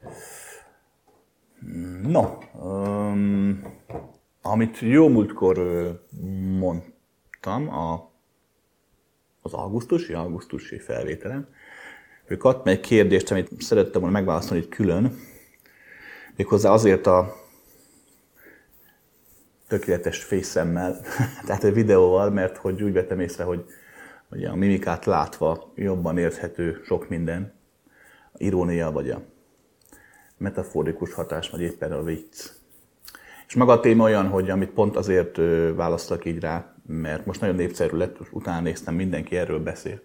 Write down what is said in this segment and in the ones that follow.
No, amit jó múltkor mondtam az augusztusi felvételen, ő kapta egy kérdést, amit szerettem volna megválaszolni itt külön, méghozzá azért a tökéletes fészemmel, tehát egy videóval, mert hogy úgy vettem észre, hogy a mimikát látva jobban érthető sok minden, a irónia vagy a metaforikus hatás, vagy éppen a vicc. És maga a téma olyan, hogy amit pont azért választak így rá, mert most nagyon népszerű lett, utána néztem, mindenki erről beszél.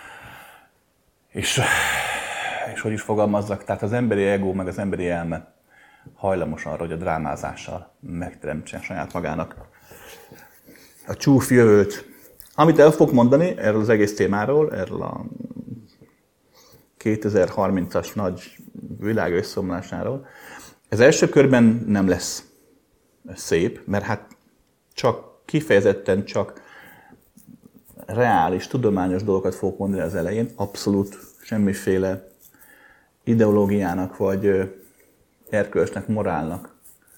És hogy is fogalmazzak, tehát az emberi ego, meg az emberi elme hajlamos arra, hogy a drámázással megteremtse saját magának a csúf jövőt. Amit el fogok mondani erről az egész témáról, erről a 2030-as nagy világ összeomlásáról, ez első körben nem lesz szép, mert hát kifejezetten csak reális, tudományos dolgokat fogok mondani az elején, abszolút semmiféle ideológiának vagy erkölcsnek, morálnak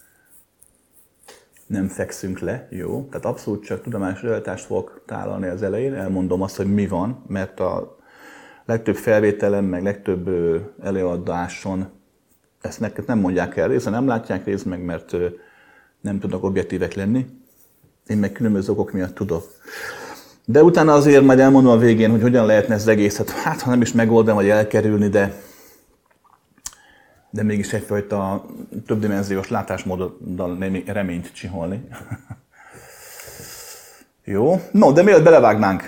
nem fekszünk le, jó? Tehát abszolút csak tudományos realitást fogok tálalni az elején, elmondom azt, hogy mi van, mert a legtöbb felvételen, meg legtöbb előadáson ezt neked nem mondják el, részben nem látják, részben meg, mert nem tudnak objektívek lenni. Én meg különböző okok miatt tudok. De utána azért majd elmondom a végén, hogy hogyan lehetne ezt az egészet, hát ha nem is megoldani, vagy elkerülni, de mégis egyfajta többdimenziós látásmóddal reményt csiholni. Jó, no, de mielőtt belevágnánk,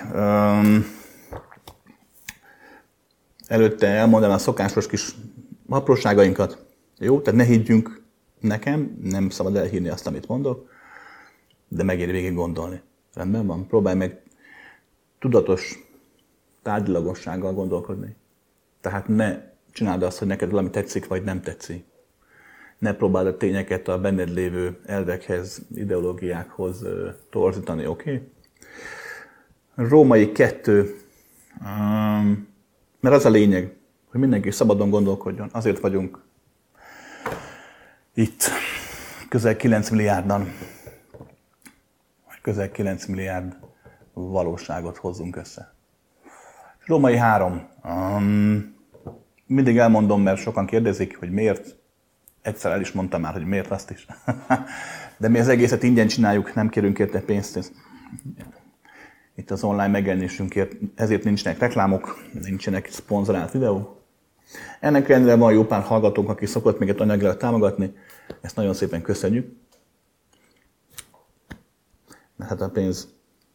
előtte elmondanám a szokásos kis apróságainkat. Jó, tehát ne higgyünk nekem, nem szabad elhinni azt, amit mondok, de megéri végig gondolni. Rendben van? Próbálj meg tudatos tárgyilagossággal gondolkodni. Tehát ne csináld azt, hogy neked valami tetszik, vagy nem tetszik. Ne próbáld a tényeket a benned lévő elvekhez, ideológiákhoz torzítani, oké? Római 2, mert az a lényeg, hogy mindenki szabadon gondolkodjon. Azért vagyunk itt közel 9 milliárdan, vagy közel 9 milliárd valóságot hozzunk össze. Római 3. Mindig elmondom, mert sokan kérdezik, hogy miért. Egyszer el is mondtam már, hogy miért azt is. De mi az egészet ingyen csináljuk, nem kérünk érte pénzt. Itt az online megjelenésünkért, ezért nincsenek reklámok, nincsenek szponzorált videók. Ennek ellenére van jó pár hallgatónk, aki szokott minket anyagilag támogatni. Ezt nagyon szépen köszönjük. Mert hát a pénz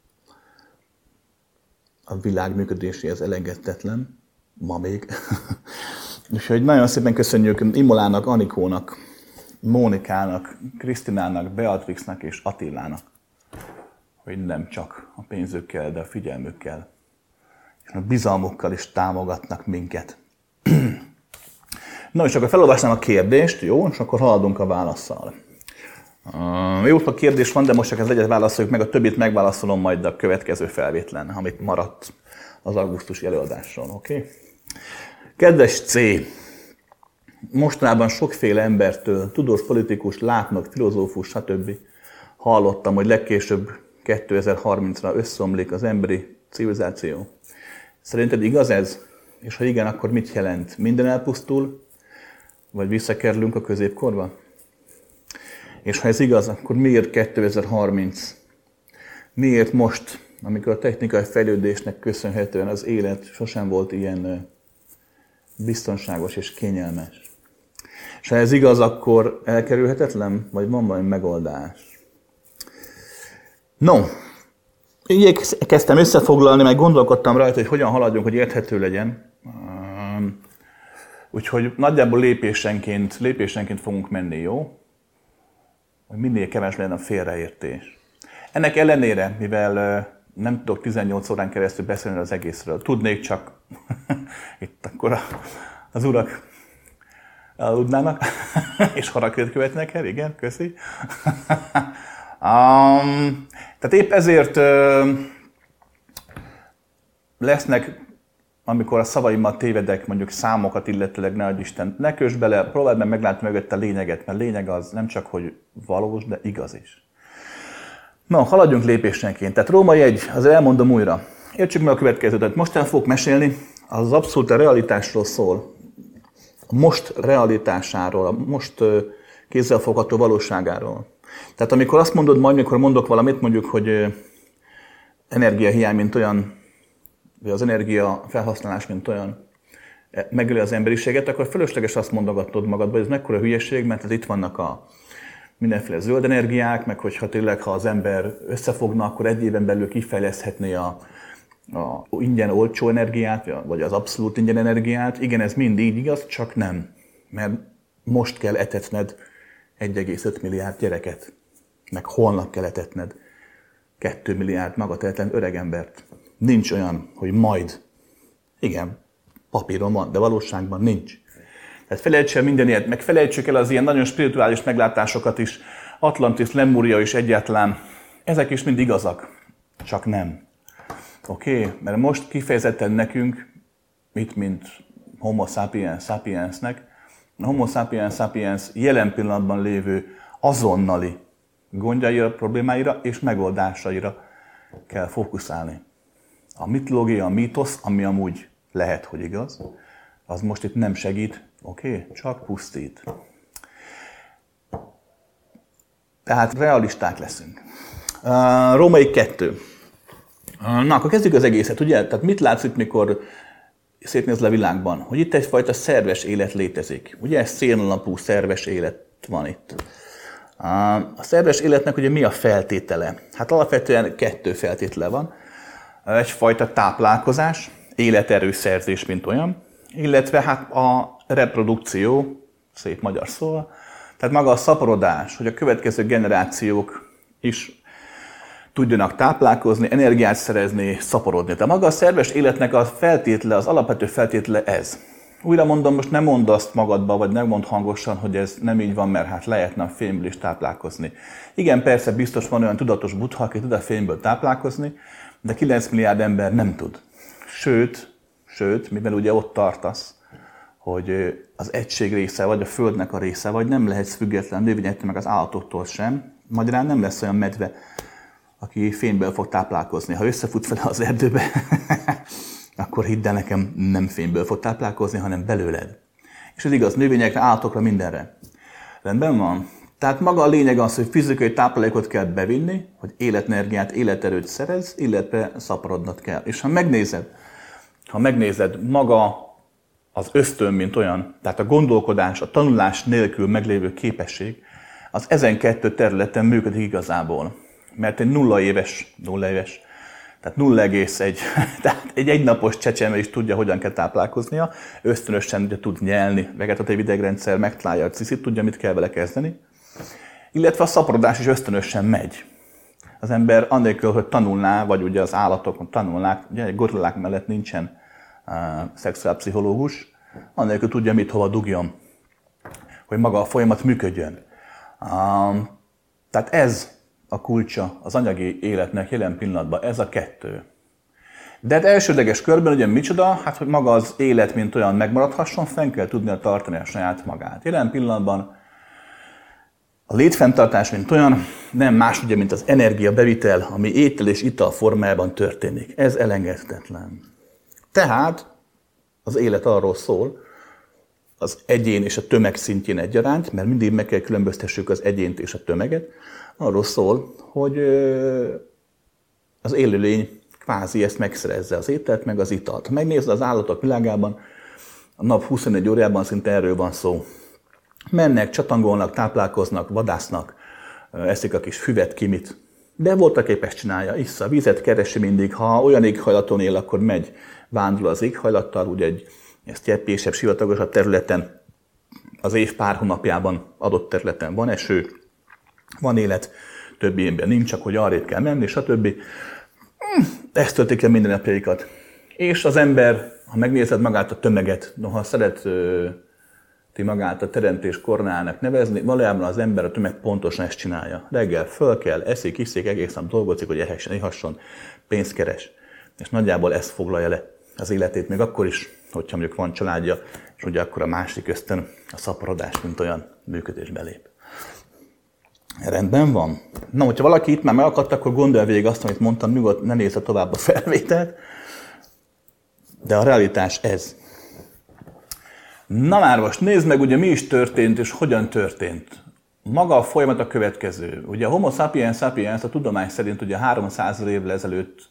a világ működéséhez elengedhetetlen. Ma még. Úgyhogy nagyon szépen köszönjük Imolának, Anikónak, Mónikának, Krisztinának, Beatrixnak és Attilának, hogy nem csak a pénzükkel, de a figyelmükkel és a bizalmukkal is támogatnak minket. Na és akkor felolvasnám a kérdést, jó? És akkor haladunk a válasszal. Jó, a kérdés van, de most csak az egyet válaszoljuk meg, a többit megválaszolom majd a következő felvétlen, amit maradt az augusztusi előadásról, oké? Kedves C! Mostanában sokféle embertől, tudós politikus, látnok, filozófus, stb. Hallottam, hogy legkésőbb 2030-ra összeomlik az emberi civilizáció. Szerinted igaz ez? És ha igen, akkor mit jelent? Minden elpusztul? Vagy visszakerülünk a középkorba? És ha ez igaz, akkor miért 2030? Miért most, amikor a technikai fejlődésnek köszönhetően az élet sosem volt ilyen biztonságos és kényelmes? És ha ez igaz, akkor elkerülhetetlen? Vagy van valami megoldás? No, így kezdtem összefoglalni, meg gondolkodtam rajta, hogy hogyan haladjunk, hogy érthető legyen. Úgyhogy nagyjából lépésenként fogunk menni, jó? Hogy minél kevesebb legyen a félreértés. Ennek ellenére, mivel nem tudok 18 órán keresztül beszélni az egészről, tudnék csak, itt akkor az urak elaludnának, és harakört követnek el, igen, köszi. Tehát épp ezért lesznek amikor a szavaimmal tévedek, mondjuk számokat illetőleg, ne adj Isten, ne kösd bele, próbáld meg meglátni mögött a lényeget, mert lényeg az nem csak, hogy valós, de igaz is. Na, haladjunk lépésenként. Tehát Római 1, azért elmondom újra. Értsük meg a következőt. Most el fogok mesélni, az abszolút a realitásról szól. A most realitásáról, a most kézzelfogható valóságáról. Tehát amikor azt mondod majd, mikor mondok valamit, mondjuk, hogy energiahiány, mint olyan, vagy az energia felhasználás, mint olyan megöli az emberiséget, akkor fölösleges azt mondogatod magadba, hogy ez mekkora hülyeség, mert itt vannak a mindenféle zöld energiák, meg hogyha tényleg, ha az ember összefogna, akkor egy éven belül kifejleszthetné a ingyen olcsó energiát, vagy az abszolút ingyen energiát. Igen, ez mind így igaz, csak nem. Mert most kell etetned 1,5 milliárd gyereket, meg holnap kell etetned 2 milliárd magatehetlen öregembert. Nincs olyan, hogy majd. Igen, papíron van, de valóságban nincs. Tehát felejtsd el minden ilyet, meg felejtsük el az ilyen nagyon spirituális meglátásokat is. Atlantis, Lemúria is egyáltalán. Ezek is mind igazak, csak nem. Oké? Mert most kifejezetten nekünk, mint Homo sapiens sapiensnek, a Homo sapiens sapiens jelen pillanatban lévő azonnali gondjaira, problémáira és megoldásaira kell fókuszálni. A mitológia, a mítosz, ami amúgy lehet, hogy igaz, az most itt nem segít, oké? Csak pusztít. Tehát realisták leszünk. Római 2. Na, akkor kezdjük az egészet, ugye? Tehát mit látsz itt, mikor szétnézz a világban? Hogy itt egyfajta szerves élet létezik. Ugye ez szénalapú szerves élet van itt. A szerves életnek ugye mi a feltétele? Hát alapvetően 2 feltétele van. Egyfajta táplálkozás, életerőszerzés, mint olyan, illetve hát a reprodukció, szép magyar szóval, tehát maga a szaporodás, hogy a következő generációk is tudjanak táplálkozni, energiát szerezni, szaporodni. Tehát maga a szerves életnek a feltétele, az alapvető feltétele ez. Újra mondom, most nem mondd azt magadba, vagy nem mondd hangosan, hogy ez nem így van, mert hát lehetne a fémből is táplálkozni. Igen, persze biztos van olyan tudatos buddha, aki tud a fémből táplálkozni, de 9 milliárd ember nem tud. Sőt, mivel ugye ott tartasz, hogy az egység része vagy, a Földnek a része vagy, nem lehetsz független növényektől, meg az állatoktól sem. Magyarán nem lesz olyan medve, aki fényből fog táplálkozni. Ha összefut vele az erdőbe, akkor hidd el nekem, nem fényből fog táplálkozni, hanem belőled. És ez igaz növényekre, állatokra, mindenre. Rendben van? Tehát maga a lényeg az, hogy fizikai táplálékot kell bevinni, hogy életenergiát, életerőt szerez, illetve szaporodnod kell. És ha megnézed maga az ösztön, mint olyan, tehát a gondolkodás, a tanulás nélkül meglévő képesség, az ezen 2 területen működik igazából. Mert egy 0 éves, tehát 0,1, tehát egy egynapos csecsemő is tudja, hogyan kell táplálkoznia, ösztönösen ugye tud nyelni, vegetatív idegrendszer megtalálja a ciszit, tudja, mit kell vele kezdeni. Illetve a szaporodás is ösztönösen megy. Az ember annélkül, hogy tanulná, vagy ugye az állatok tanulnák, ugye egy gorillák mellett nincsen szexuálpszichológus, annélkül tudja, mit hova dugjon, hogy maga a folyamat működjön. Tehát ez a kulcsa az anyagi életnek jelen pillanatban, ez a 2. De hát elsődleges körben ugye micsoda? Hát, hogy maga az élet, mint olyan megmaradhasson, fenn kell tudnia tartani a saját magát. Jelen pillanatban a létfenntartás, mint olyan, nem más ugye, mint az energiabevitel, ami étel és ital formájában történik. Ez elengedhetetlen. Tehát az élet arról szól, az egyén és a tömeg szintjén egyaránt, mert mindig meg kell különböztessük az egyént és a tömeget, arról szól, hogy az élőlény kvázi ezt megszerezze, az ételt meg az italt. Ha megnézed az állatok világában, a nap 24 órájában szinte erről van szó. Mennek, csatangolnak, táplálkoznak, vadásznak, eszik a kis füvet, kimit. De voltak képes csinálja, issza, vizet keresi mindig. Ha olyan éghajlaton él, akkor megy, vándul az éghajlattal, ugye egy sztyeppésebb, sivatagosabb területen, az év pár hónapjában adott területen van eső, van élet, többi évben nincs, csak hogy arrébb kell menni, stb. Ezt töltik le minden napjaikat. És az ember, ha megnézed magát a tömeget, noha szereti magát a teremtés koronának nevezni, valójában az ember, a tömeg pontosan ezt csinálja. Reggel föl kell, eszik, iszik, egész nap dolgozik, hogy ehasson, pénzt keres. És nagyjából ezt foglalja le. az életét, még akkor is, hogyha mondjuk van családja, és ugye akkor a másik ösztön, a szaporodás, mint olyan működésbe lép. Rendben van. Na, hogyha valaki itt már megakadt, akkor gondolja végig azt, amit mondtam, nyugodt, ne nézze tovább a felvételt. De a realitás ez. Na már most nézd meg, ugye mi is történt, és hogyan történt. Maga a folyamat a következő. Ugye a Homo sapiens sapiens a tudomány szerint ugye 300 évvel ezelőtt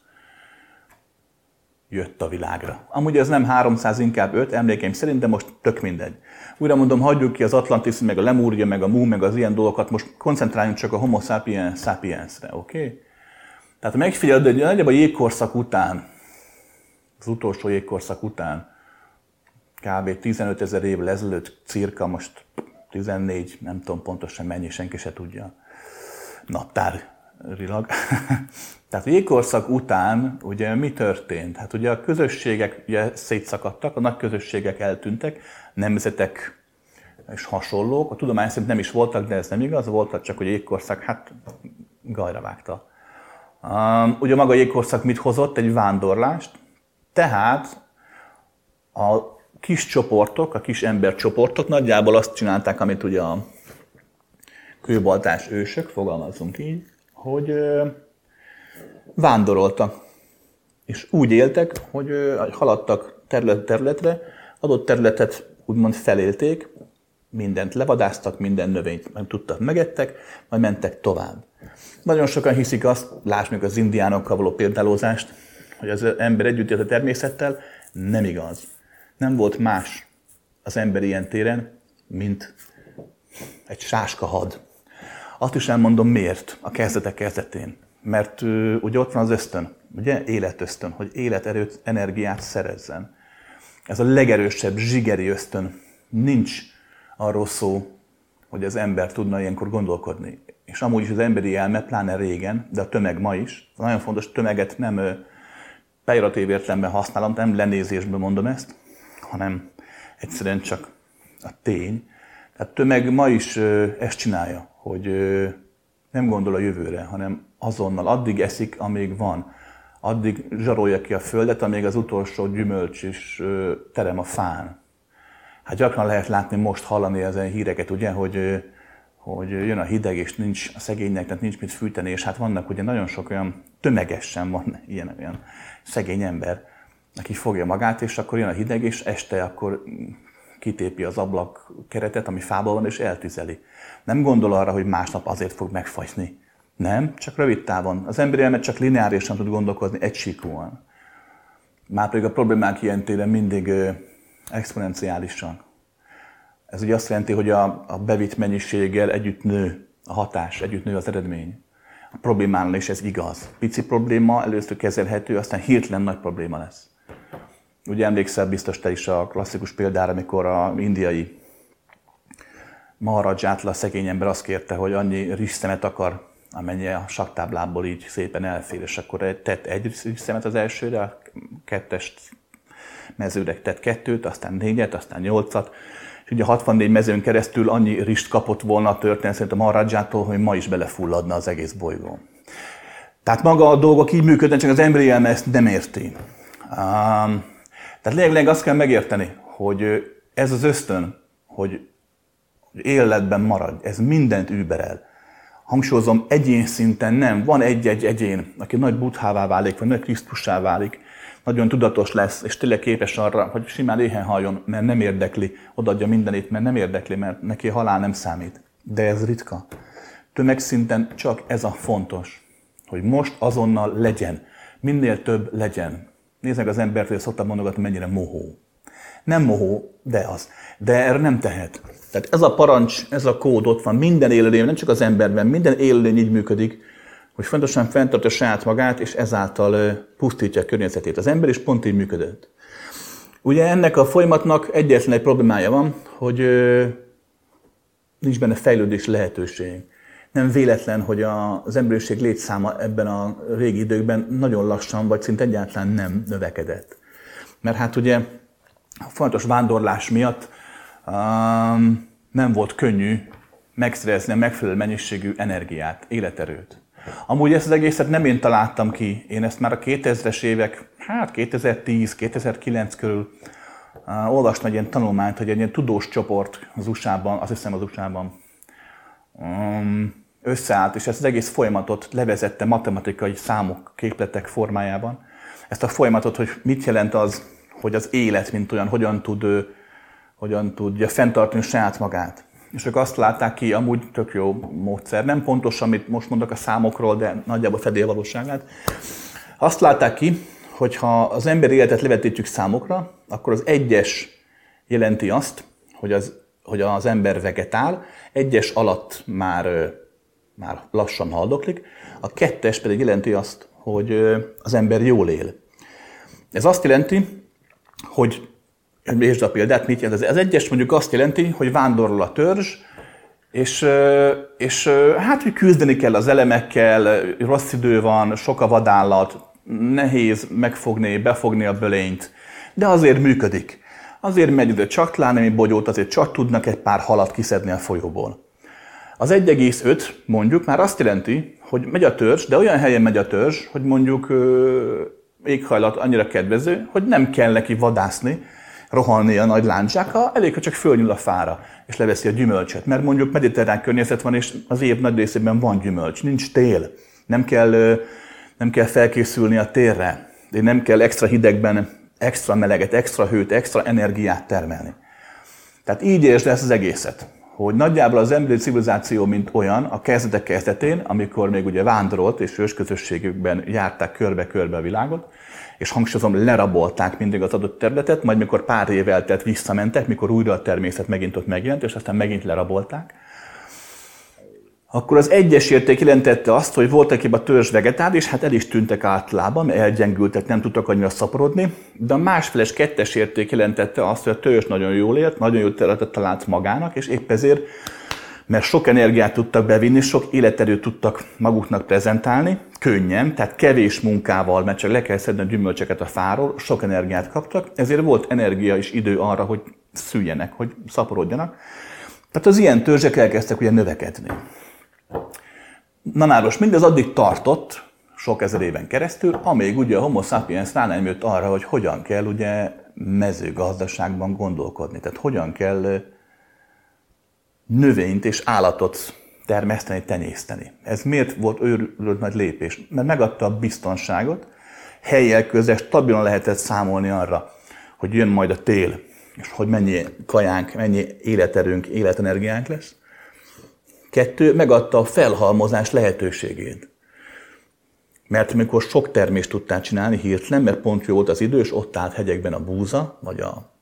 jött a világra. Amúgy ez nem 300, inkább 5, emlékeim szerint, de most tök mindegy. Újra mondom, hagyjuk ki az Atlantis, meg a Lemúria, meg a Mu, meg az ilyen dolgokat, most koncentráljunk csak a Homo sapiens sapiensre, oké? Okay? Tehát megfigyeld, hogy nagyjából a jégkorszak után, az utolsó jégkorszak után, kb. 15 000 évvel ezelőtt, cirka most 14, nem tudom pontosan mennyi, senki se tudja, naptárilag. Tehát a jégkorszak után ugye mi történt? Hát ugye a közösségek ugye szétszakadtak, a nagy közösségek eltűntek, nemzetek és hasonlók. A tudomány szerint nem is voltak, de ez nem igaz, voltak csak, hogy a jégkorszak hát gajra vágta. Ugye maga a jégkorszak mit hozott? Egy vándorlást. Tehát a kis csoportok, a kis embercsoportok nagyjából azt csinálták, amit ugye a kőbaltás ősök, fogalmazzunk így, hogy vándoroltak. És úgy éltek, hogy haladtak területre, adott területet úgymond felélték, mindent levadáztak, minden növényt nem tudtak, megettek, majd mentek tovább. Nagyon sokan hiszik azt, lásd az indiánokkal való példálózást, hogy az ember együtt élt a természettel, nem igaz. Nem volt más az ember ilyen téren, mint egy sáskahad. Azt is elmondom miért a kezdetek kezdetén. Mert ugye ott van az ösztön, ugye életösztön, hogy életerőt, energiát szerezzen. Ez a legerősebb zsigeri ösztön. Nincs arról szó, hogy az ember tudna ilyenkor gondolkodni. És amúgy is az emberi elme, pláne régen, de a tömeg ma is, nagyon fontos, tömeget nem pejoratív értelemben használom, nem lenézésből mondom ezt, hanem egyszerűen csak a tény. Tehát tömeg ma is ezt csinálja, hogy nem gondol a jövőre, hanem azonnal addig eszik, amíg van. Addig zsarolja ki a földet, amíg az utolsó gyümölcs is terem a fán. Hát gyakran lehet látni, most hallani ezen híreket, ugye, hogy jön a hideg, és nincs a szegényeknek nincs mit fűteni, és hát vannak ugye nagyon sok olyan, tömegesen van ilyen szegény ember, aki fogja magát, és akkor jön a hideg, és este akkor kitépi az ablak keretet, ami fából van, és eltüzeli. Nem gondol arra, hogy másnap azért fog megfagyni. Nem, csak rövid távon. Az emberi elme csak lineárisan tud gondolkozni, egysíkúan. Márpedig a problémák ilyen téren mindig exponenciálisan. Ez ugye azt jelenti, hogy a bevitt mennyiséggel együtt nő a hatás, együtt nő az eredmény. A problémánál is ez igaz. Pici probléma először kezelhető, aztán hirtelen nagy probléma lesz. Ugye emlékszel biztos te is a klasszikus példára, amikor az indiai Maharajától a szegény ember azt kérte, hogy annyi rizsszemet akar, amennyi a saktáblából így szépen elfér, és akkor tett egy rizsszemet az elsőre, a kettes mezőre tett 2, aztán 4, aztán 8, és ugye 64 mezőn keresztül annyi rizst kapott volna a történet szerint a Maharajától, hogy ma is belefulladna az egész bolygón. Tehát maga a dolgok így működnek, csak az emberi elme ezt nem érti. Tehát lényeg azt kell megérteni, hogy ez az ösztön, hogy életben maradj, ez mindent überel. Hangsúlyozom, egyén szinten nem. Van egy-egy egyén, aki nagy buddhává válik, vagy nagy Krisztussá válik, nagyon tudatos lesz, és tényleg képes arra, hogy simán éhen haljon, mert nem érdekli, odaadja mindenét, mert nem érdekli, mert neki a halál nem számít. De ez ritka. Tömegszinten csak ez a fontos, hogy most azonnal legyen. Minél több legyen. Nézd meg az embert, hogy szoktam mondogatni, mennyire mohó. Nem mohó, de az. De erre nem tehet. Tehát ez a parancs, ez a kód ott van minden élőlény, nem csak az emberben, minden élőlény így működik, hogy fontosan fenntartja saját magát, és ezáltal pusztítja a környezetét. Az ember is pont így működött. Ugye ennek a folyamatnak egyetlen egy problémája van, hogy nincs benne fejlődés lehetőség. Nem véletlen, hogy az emberiség létszáma ebben a régi időkben nagyon lassan, vagy szinte egyáltalán nem növekedett. Mert hát ugye a fontos vándorlás miatt nem volt könnyű megszerezni a megfelelő mennyiségű energiát, életerőt. Amúgy ezt az egészet nem én találtam ki, én ezt már a 2000-es évek, 2010-2009 körül olvastam egy ilyen tanulmányt, hogy egy ilyen tudós csoport az USA-ban, azt hiszem az USA-ban összeállt, és ezt az egész folyamatot levezette matematikai számok, képletek formájában. Ezt a folyamatot, hogy mit jelent az, hogy az élet, mint olyan, hogyan tudja fenntartani saját magát. És ők azt látták ki, amúgy tök jó módszer, nem pontos, amit most mondok a számokról, de nagyjából fedi a valóságát. Azt látták ki, hogy ha az emberi életet levetítjük számokra, akkor az 1-es jelenti azt, hogy az ember vegetál, 1-es alatt már lassan haldoklik, a 2-es pedig jelenti azt, hogy az ember jól él. Ez azt jelenti, hogy értsd a példát, mit jelent az 1-es mondjuk azt jelenti, hogy vándorol a törzs, és hát, hogy küzdeni kell az elemekkel, rossz idő van, sok a vadállat, nehéz megfogni, befogni a bölényt, de azért működik. Azért megy ide csatlán, nemi bogyót, azért csak tudnak egy pár halat kiszedni a folyóból. Az 1,5 mondjuk már azt jelenti, hogy megy a törzs, de olyan helyen megy a törzs, hogy mondjuk éghajlat annyira kedvező, hogy nem kell neki vadászni, rohanni a nagy láncsákkal, elég, hogy csak fölnyúl a fára, és leveszi a gyümölcsöt. Mert mondjuk mediterrán környezet van, és az év nagy részében van gyümölcs, nincs tél. Nem kell felkészülni a térre, de nem kell extra hidegben, extra meleget, extra hőt, extra energiát termelni. Tehát így értsd ezt az egészet, hogy nagyjából az emberi civilizáció, mint olyan, a kezdetek kezdetén, amikor még ugye vándorolt és ősközösségükben járták körbe-körbe a világot, és hangsúlyozom, lerabolták mindig az adott területet, majd mikor pár év eltelt visszamentek, mikor újra a természet megint ott megjelent, és aztán megint lerabolták, akkor az 1-es érték jelentette azt, hogy voltak épp a törzs vegetális, hát el is tűntek általában, mert elgyengültek, nem tudtak annyira szaporodni, de a másfeles 2-es érték jelentette azt, hogy a törzs nagyon jól élt, nagyon jó területet talált magának, és épp ezért, mert sok energiát tudtak bevinni, sok életerőt tudtak maguknak prezentálni, könnyen, tehát kevés munkával, mert csak le kell szedni a gyümölcseket a fáról, sok energiát kaptak, ezért volt energia és idő arra, hogy szüljenek, hogy szaporodjanak. Tehát az ilyen törzsek elkezdtek ugye növekedni. Na most mindez addig tartott, sok ezer éven keresztül, amíg ugye a Homo sapiens rá nem jött arra, hogy hogyan kell ugye mezőgazdaságban gondolkodni. Tehát hogyan kell növényt és állatot termeszteni, tenyészteni. Ez miért volt őrült nagy lépés? Mert megadta a biztonságot, hellyel közben stabilan lehetett számolni arra, hogy jön majd a tél, és hogy mennyi kajánk, mennyi életerőnk, életenergiánk lesz. 2, megadta a felhalmozás lehetőségét. Mert amikor sok termést tudtál csinálni hirtelen, mert pont jó volt az idő, és ott állt hegyekben a búza, vagy a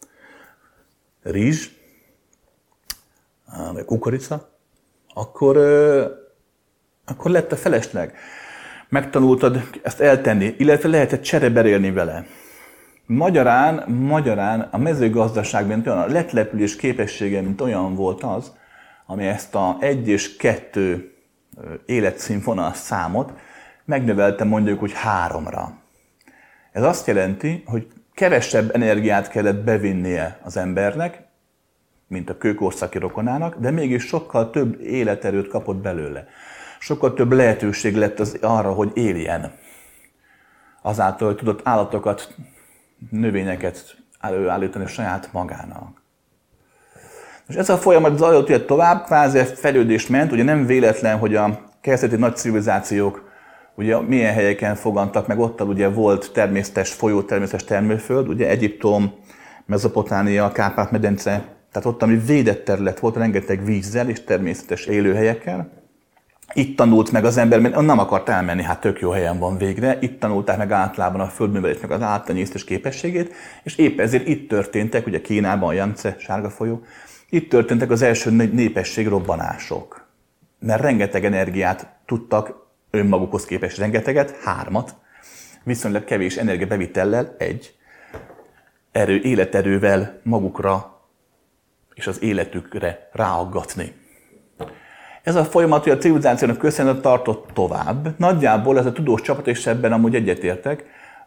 rizs, vagy a kukorica, akkor lett a felesleg. Megtanultad ezt eltenni, illetve lehetett csereberélni vele. Magyarán a mezőgazdaságban olyan, a letlepülés képessége, mint olyan volt az, ami ezt a 1 és 2 életszínvonal számot megnövelte mondjuk úgy 3-ra. Ez azt jelenti, hogy kevesebb energiát kellett bevinnie az embernek, mint a kőkorszaki rokonának, de mégis sokkal több életerőt kapott belőle. Sokkal több lehetőség lett arra, hogy éljen. Azáltal, hogy tudott állatokat, növényeket előállítani saját magának. És ez a folyamat zajlott ugye tovább, kvázi fejlődés ment, ugye nem véletlen, hogy a kezdeti nagy civilizációk ugye milyen helyeken fogantak, meg ottan ugye volt természetes folyó, természetes termőföld, ugye Egyiptom, Mezopotámia, Kárpát-medence, tehát ott, ami védett terület volt, rengeteg vízzel és természetes élőhelyekkel. Itt tanult meg az ember, mert nem akart elmenni, hát tök jó helyen van végre, itt tanulták meg általában a földművelésnek az általános képességét, és épp ezért itt történtek, ugye Kínában a Jangtze sárga folyó, itt történtek az első népességrobbanások. Mert rengeteg energiát tudtak önmagukhoz képest, rengeteget, 3, viszonylag kevés energiabevitellel, 1, életerővel magukra és az életükre ráaggatni. Ez a folyamat, hogy a civilizációnak köszönhetően tartott tovább. Nagyjából ez a tudós csapat, és ebben amúgy egyetértek,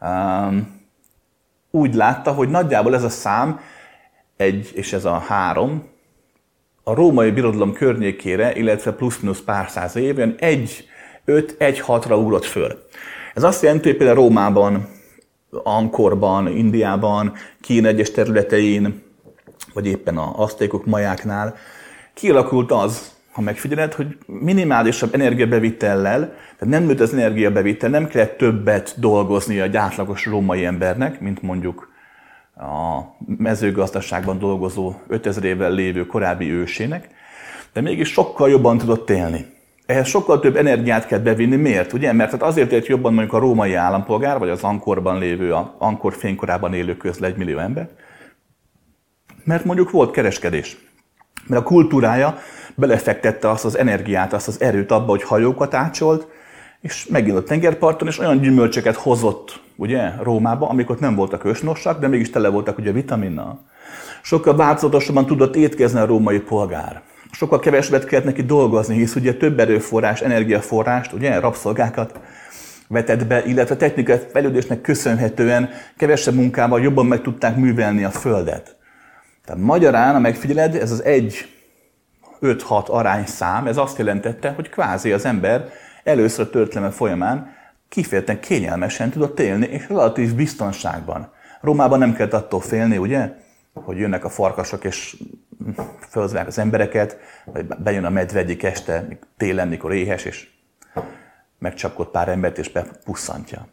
úgy látta, hogy nagyjából ez a szám, 1 és ez a 3, a római birodalom környékére, illetve plusz-minusz pár száz éven 1 5-1-6-ra ugrott föl. Ez azt jelenti, hogy például Rómában, Angkorban, Indiában, Kína egyes területein, vagy éppen az aztékok, majáknál kialakult az, ha megfigyeled, hogy minimálisabb energiabevitellel, tehát nem nőtt az energiabevitel, nem kellett többet dolgozni egy átlagos római embernek, mint mondjuk a mezőgazdaságban dolgozó 5000 évvel lévő korábbi ősének, de mégis sokkal jobban tudott élni. Ehhez sokkal több energiát kell bevinni. Miért? Ugye? Mert azért élt jobban mondjuk a római állampolgár, vagy az Angkorban lévő, az Angkor fénykorában élő közül 1 millió ember, mert mondjuk volt kereskedés. Mert a kultúrája belefektette azt az energiát, azt az erőt abba, hogy hajókat ácsolt, és megint a tengerparton, és olyan gyümölcsöket hozott ugye, Rómába, amik ott nem voltak ősnosak, de mégis tele voltak ugye vitaminnal. Sokkal változatosabban tudott étkezni a római polgár. Sokkal kevesebbet kellett neki dolgozni, hisz ugye több erőforrás, energiaforrást, ugye, rabszolgákat vetett be, illetve technikai fejlődésnek köszönhetően kevesebb munkával jobban meg tudták művelni a földet. Tehát magyarán, ha megfigyeled, ez az 1-5-6 arányszám, ez azt jelentette, hogy kvázi az ember először a történelme folyamán kifejezetten kényelmesen tudott élni, és relatív biztonságban. Rómában nem kellett attól félni, ugye, hogy jönnek a farkasok és fölzvák az embereket, vagy bejön a medve egyik este, télen, mikor éhes, és megcsapkod pár embert, és bepusszantja.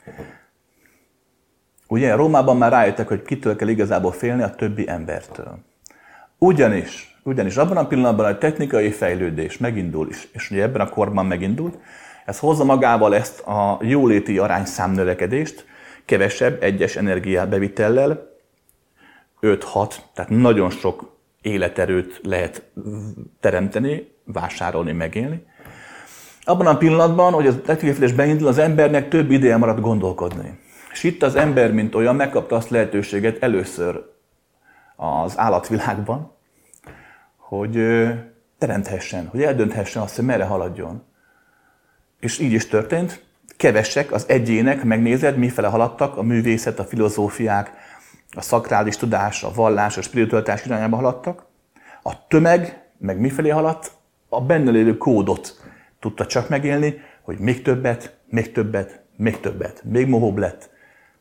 Ugye, Rómában már rájöttek, hogy kitől kell igazából félni, a többi embertől. Ugyanis abban a pillanatban, hogy a technikai fejlődés megindul is, és ugye ebben a korban megindult, ez hozza magával ezt a jóléti arányszám növekedést, kevesebb egyes energiabevitellel, 5-6, tehát nagyon sok életerőt lehet teremteni, vásárolni, megélni. Abban a pillanatban, hogy a technikai fejlődés beindul, az embernek több ideje maradt gondolkodni. És itt az ember, mint olyan, megkapta azt lehetőséget először az állatvilágban, hogy teremthessen, hogy eldönthessen azt, hogy merre haladjon. És így is történt. Kevesek, az egyének, megnézed, mifele haladtak, a művészet, a filozófiák, a szakrális tudás, a vallás, a spiritualitás irányába haladtak. A tömeg meg mifelé haladt, a benne lévő kódot tudta csak megélni, hogy még többet, még többet, még többet. Még mohóbb lett,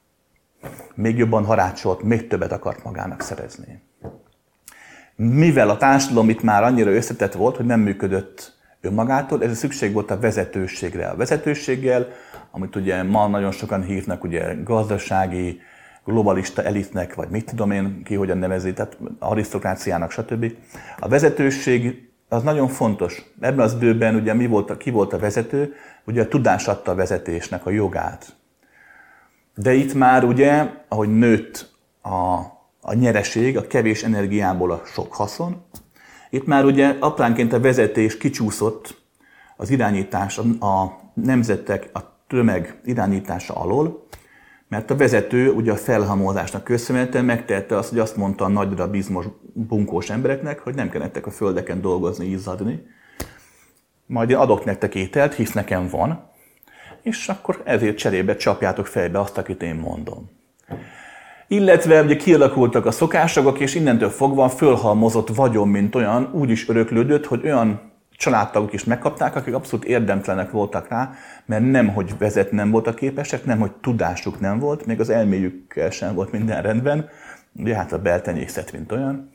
még jobban harácsolt, még többet akart magának szerezni. Mivel a társadalom itt már annyira összetett volt, hogy nem működött önmagától, ez szükség volt a vezetőségre. A vezetőséggel, amit ugye ma nagyon sokan hívnak ugye gazdasági, globalista elitnek, vagy mit tudom én, ki hogyan nevezi, tehát arisztokráciának, stb. A vezetőség az nagyon fontos. Ebben az időben ugye ki volt a vezető? Ugye a tudás adta a vezetésnek a jogát. De itt már ugye, ahogy nőtt a nyereség, a kevés energiából a sok haszon, itt már ugye apránként a vezetés kicsúszott az irányítás, a nemzetek, a tömeg irányítása alól, mert a vezető ugye a felhalmozásnak köszönhetően megtehette azt, hogy azt mondta a nagyra bizmos, bunkós embereknek, hogy nem kell nektek a földeken dolgozni, izzadni. Majd én adok nektek ételt, hisz nekem van, és akkor ezért cserébe csapjátok fejbe azt, akit én mondom. Illetve ugye kialakultak a szokások, és innentől fogva fölhalmozott vagyon, mint olyan, úgy is öröklődött, hogy olyan családtagok is megkapták, akik abszolút érdemtelenek voltak rá, mert nem, hogy vezetni nem voltak képesek, nem, hogy tudásuk nem volt, még az elméjükkel sem volt minden rendben, ugye hát a beltenyészet, mint olyan.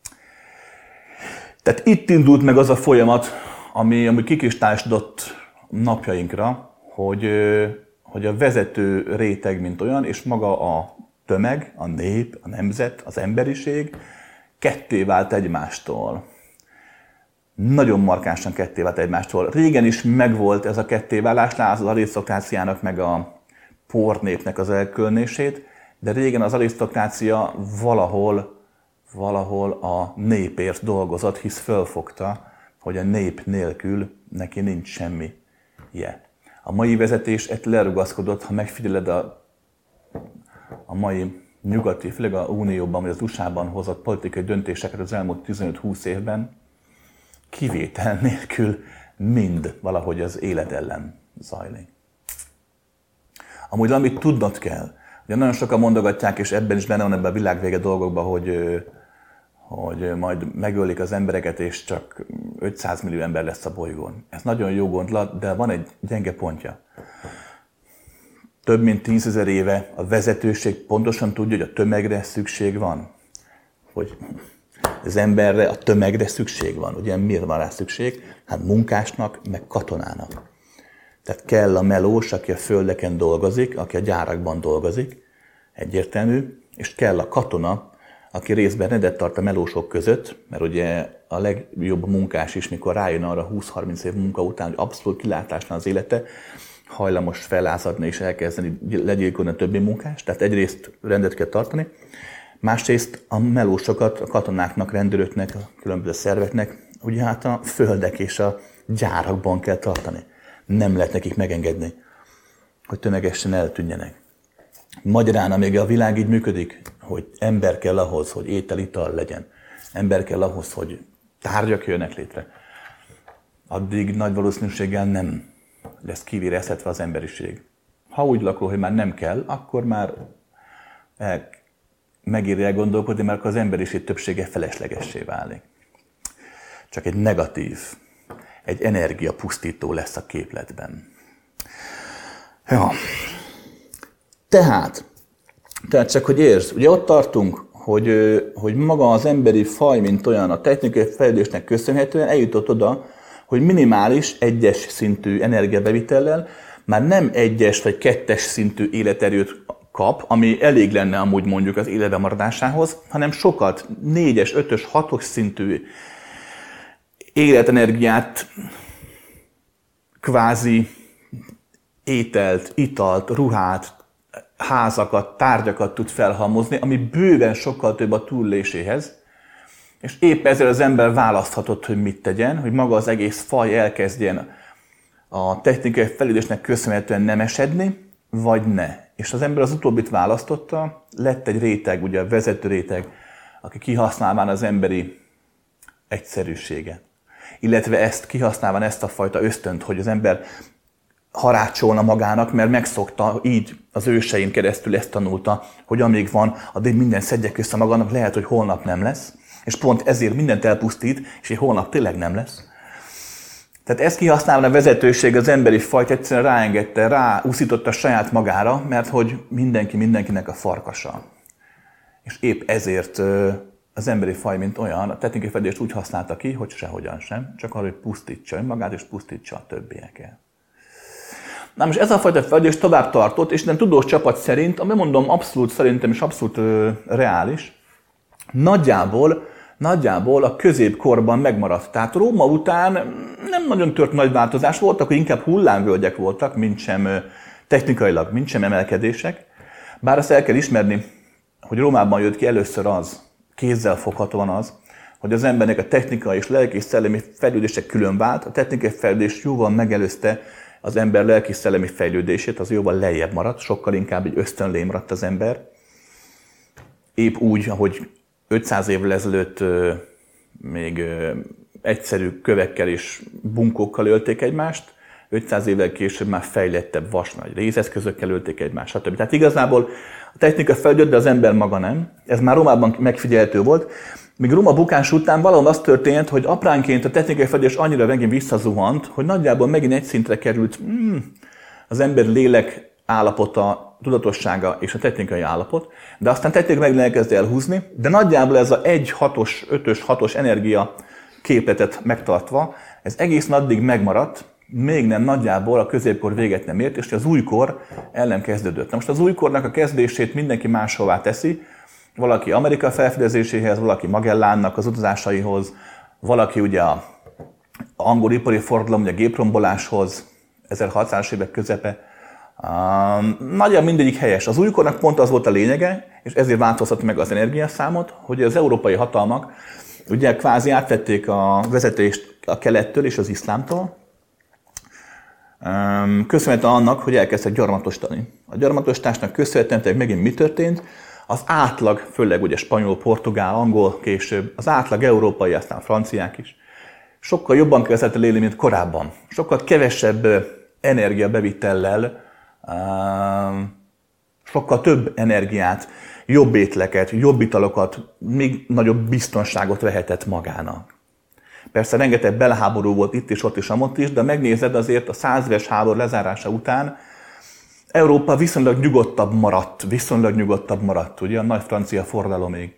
Tehát itt indult meg az a folyamat, ami kikristályosodott napjainkra, hogy a vezető réteg, mint olyan, és maga a tömeg, a nép, a nemzet, az emberiség ketté vált egymástól. Nagyon markánsan ketté vált egymástól. Régen is megvolt ez a kettéválás, látsz az arisztokráciának meg a pornépnek az elkülönését, de régen az arisztokrácia valahol a népért dolgozott, hisz fölfogta, hogy a nép nélkül neki nincs semmije. A mai vezetés lerugaszkodott, ha megfigyeled a mai nyugati, főleg a Unióban, vagy az USA-ban hozott politikai döntéseket az elmúlt 15-20 évben, kivétel nélkül mind valahogy az élet ellen zajlik. Amúgy amit tudnod kell, ugye nagyon sokan mondogatják, és ebben is benne van ebben a világvége dolgokban, hogy majd megölik az embereket, és csak 500 millió ember lesz a bolygón. Ez nagyon jó gondolat, de van egy gyenge pontja. Több mint 10 000 éve a vezetőség pontosan tudja, hogy a tömegre szükség van. Hogy az emberre, a tömegre szükség van. Ugye miért van rá szükség? Hát munkásnak, meg katonának. Tehát kell a melós, aki a földeken dolgozik, aki a gyárakban dolgozik, egyértelmű, és kell a katona, aki részben rendet tart a melósok között, mert ugye a legjobb munkás is, mikor rájön arra 20-30 év munka után, hogy abszolút kilátáslan az élete, hajlamos felázadni és elkezdeni legyilkolni a többi munkást. Tehát egyrészt rendet kell tartani, másrészt a melósokat a katonáknak, rendőröknek, a különböző szerveknek, ugye hát a földek és a gyárakban kell tartani. Nem lehet nekik megengedni, hogy tömegesen eltűnjenek. Magyarán, amíg a világ így működik, hogy ember kell ahhoz, hogy étel, ital legyen, ember kell ahhoz, hogy tárgyak jönnek létre, addig nagy valószínűséggel nem lesz kivérezhetve az emberiség. Ha úgy lakol, hogy már nem kell, akkor már megéri elgondolkodni, mert akkor az emberiség többsége feleslegessé válik. Csak egy negatív, egy energiapusztító lesz a képletben. Ja. Tehát csak hogy értsd, ugye ott tartunk, hogy maga az emberi faj, mint olyan a technikai fejlődésnek köszönhetően eljutott oda, hogy minimális, egyes szintű energiabevitellel már nem egyes vagy kettes szintű életerőt kap, ami elég lenne amúgy mondjuk az életben maradásához, hanem sokat, 4-es, 5-ös, 6-os szintű életenergiát, kvázi ételt, italt, ruhát, házakat, tárgyakat tud felhalmozni, ami bőven sokkal több a túléléséhez. És épp ezzel az ember választhatott, hogy mit tegyen, hogy maga az egész faj elkezdjen a technikai fejlődésnek köszönhetően nemesedni, vagy ne. És az ember az utóbbit választotta, lett egy réteg, ugye a vezető réteg, aki kihasználván az emberi egyszerűséget. Illetve kihasználván ezt a fajta ösztönt, hogy az ember harácsolna magának, mert megszokta, így az őseim keresztül ezt tanulta, hogy amíg van, addig minden szedjek össze magának, lehet, hogy holnap nem lesz. És pont ezért mindent elpusztít, és egy holnap tényleg nem lesz. Tehát ezt kihasználva a vezetőség az emberi fajt egyszerűen ráengedte, ráúszította saját magára, mert hogy mindenki mindenkinek a farkasa. És épp ezért az emberi faj, mint olyan, a technikai fejlődést úgy használta ki, hogy sehogyan sem, csak arra, hogy pusztítsa önmagát, és pusztítsa a többieket. Na most ez a fajta fejlődés tovább tartott, és nem tudós csapat szerint, ami mondom abszolút szerintem is abszolút reális, nagyjából a középkorban megmaradt. Tehát Róma után nem nagyon tört nagy változás, voltak, hogy inkább hullámvölgyek voltak, mint sem technikailag, mint sem emelkedések. Bár azt el kell ismerni, hogy Rómában jött ki először kézzelfoghatóan az, hogy az embernek a technikai és lelki és szellemi fejlődése külön vált. A technikai fejlődés jóval megelőzte az ember lelki és szellemi fejlődését, az jóval lejjebb maradt, sokkal inkább egy ösztönlé maradt az ember. Épp úgy, ahogy 500 évvel ezelőtt még egyszerű kövekkel és bunkókkal ölték egymást, 500 évvel később már fejlettebb vas vagy rézeszközökkel ölték egymást, stb. Tehát igazából a technika fejlődött, de az ember maga nem. Ez már Rómában megfigyelhető volt. Míg Róma bukás után valahol az történt, hogy apránként a technikai fejlődés annyira megint visszazuhant, hogy nagyjából megint egy szintre került az ember lélek állapota, tudatossága és a technikai állapot, de aztán technikai meg elkezd elhúzni, de nagyjából ez a 1-6-os, 5-ös, 6-os energia képletet megtartva, ez egész addig megmaradt, még nem nagyjából a középkor véget nem ért, és az újkor el nem kezdődött. Na most az újkornak a kezdését mindenki máshová teszi, valaki Amerika felfedezéséhez, valaki Magellánnak az utazásaihoz, valaki ugye a angol ipari forradalom, ugye a gépromboláshoz, 1600-as évek közepe. Nagyjából mindegyik helyes. Az újkornak pont az volt a lényege, és ezért változtatta meg az energiaszámot, hogy az európai hatalmak ugye kvázi átvették a vezetést a kelettől és az iszlámtól, köszönhetően annak, hogy elkezdtek gyarmatosítani. A gyarmatosításnak köszönhetően megint mi történt? Az átlag, főleg ugye spanyol, portugál, angol később, az átlag európai, aztán franciák is, sokkal jobban kezdett el élni, mint korábban. Sokkal kevesebb energiabevitellel, sokkal több energiát jobb étleket, jobb italokat, még nagyobb biztonságot vehetett magának. Persze rengeteg belháború volt itt és ott és amott is, de megnézed azért a 100 éves háború lezárása után Európa viszonylag nyugodtabb maradt, ugye a nagy francia forradalomig,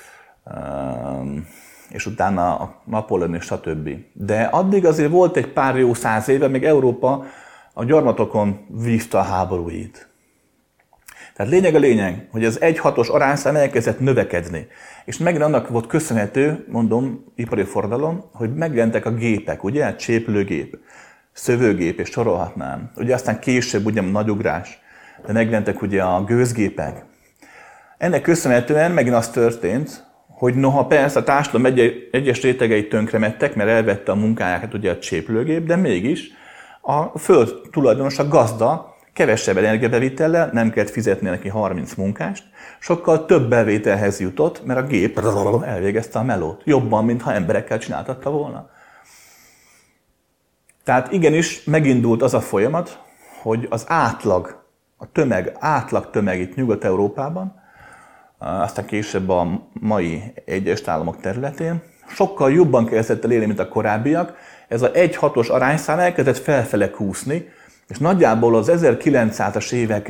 és utána a Napóleon és stb. De addig azért volt egy pár jó 100 éve, még Európa a gyarmatokon vívta a háborúit. Tehát lényeg, hogy az 1:6-os arányszám elkezdett növekedni. És megint annak volt köszönhető, mondom, ipari forradalom, hogy megjelentek a gépek, ugye? Cséplőgép, szövőgép, és sorolhatnám. Ugye aztán később ugye nagy ugrás, de megjelentek ugye a gőzgépek. Ennek köszönhetően megint az történt, hogy noha persze a társadalom egyes rétegei tönkremettek, mert elvette a munkáját ugye a cséplőgép, de mégis a föld tulajdonos, a gazda kevesebb energiabevitellel, nem kellett fizetni neki 30 munkást, sokkal több bevételhez jutott, mert a gép elvégezte a melót. Jobban, mintha emberekkel csináltatta volna. Tehát igenis megindult az a folyamat, hogy az átlag tömeg itt Nyugat-Európában, aztán később a mai Egyesült Államok területén, sokkal jobban kezdett el élni, mint a korábbiak. Ez a 1:6-os arányszám elkezdett felfele kúszni, és nagyjából az 1900-as évek,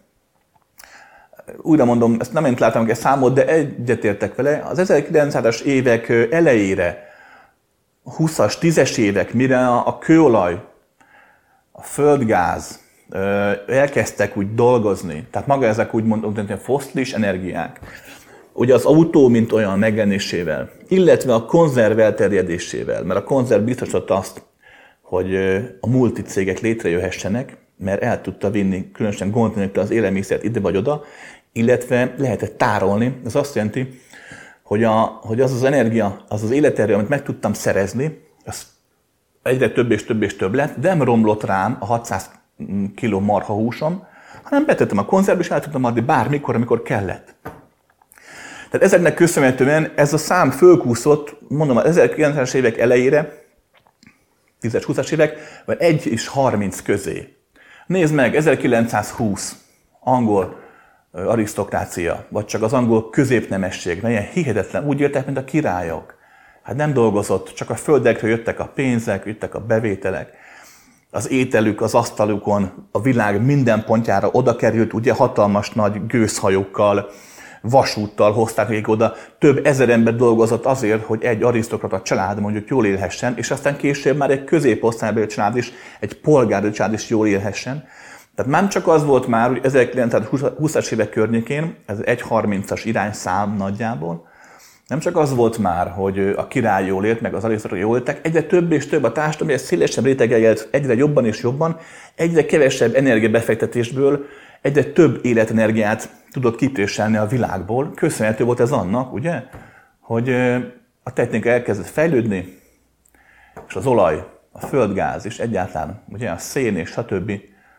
újra mondom, ezt nem én találtam egy számot, de egyetértek vele, az 1900-as évek elejére, 20-as, 10-es évek, mire a kőolaj, a földgáz elkezdtek úgy dolgozni, tehát maga ezek úgy mondom, fosszilis energiák, ugye az autó, mint olyan megjelenésével, illetve a konzerv elterjedésével, mert a konzerv biztosította azt, hogy a multicégek létrejöhessenek, mert el tudta vinni különösen gond nélkül az élelmiszert ide vagy oda, illetve lehetett tárolni. Ez azt jelenti, hogy az energia, az az életerő, amit meg tudtam szerezni, az egyre több és több és több lett, de nem romlott rám a 600 kg marha húsom, hanem betettem a konzervbe, és el tudtam adni bármikor, amikor kellett. Tehát ezeknek köszönhetően ez a szám fölkúszott, mondom, az 1900-es évek elejére, 10-20-as évek, vagy 1 és 30 közé. Nézd meg, 1920, angol arisztokrácia, vagy csak az angol középnemesség, mert ilyen hihetetlen, úgy éltek, mint a királyok. Hát nem dolgozott, csak a földekről jöttek a pénzek, jöttek a bevételek. Az ételük, az asztalukon, a világ minden pontjára oda került, ugye hatalmas nagy gőzhajókkal, vasúttal hozták ők oda, több ezer ember dolgozott azért, hogy egy arisztokrata család mondjuk jól élhessen, és aztán később már egy középosztálybeli család is, egy polgári család is jól élhessen. Tehát nem csak az volt már, hogy 1920-as évek környékén, ez 1:30-as irányszám nagyjából, nem csak az volt már, hogy a király jól élt, meg az arisztokrata jól éltek, egyre több és több a társadalom, egy szélesebb rétege élt egyre jobban és jobban, egyre kevesebb energiabefektetésből, egyre több életenergiát tudott kipréselni a világból. Köszönhető volt ez annak, ugye, hogy a technika elkezdett fejlődni, és az olaj, a földgáz és egyáltalán ugye, a szén és stb.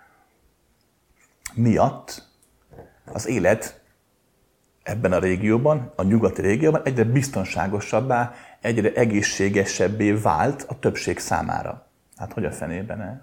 Miatt az élet ebben a régióban, a nyugati régióban egyre biztonságosabbá, egyre egészségesebbé vált a többség számára. Hát hogy a fenében?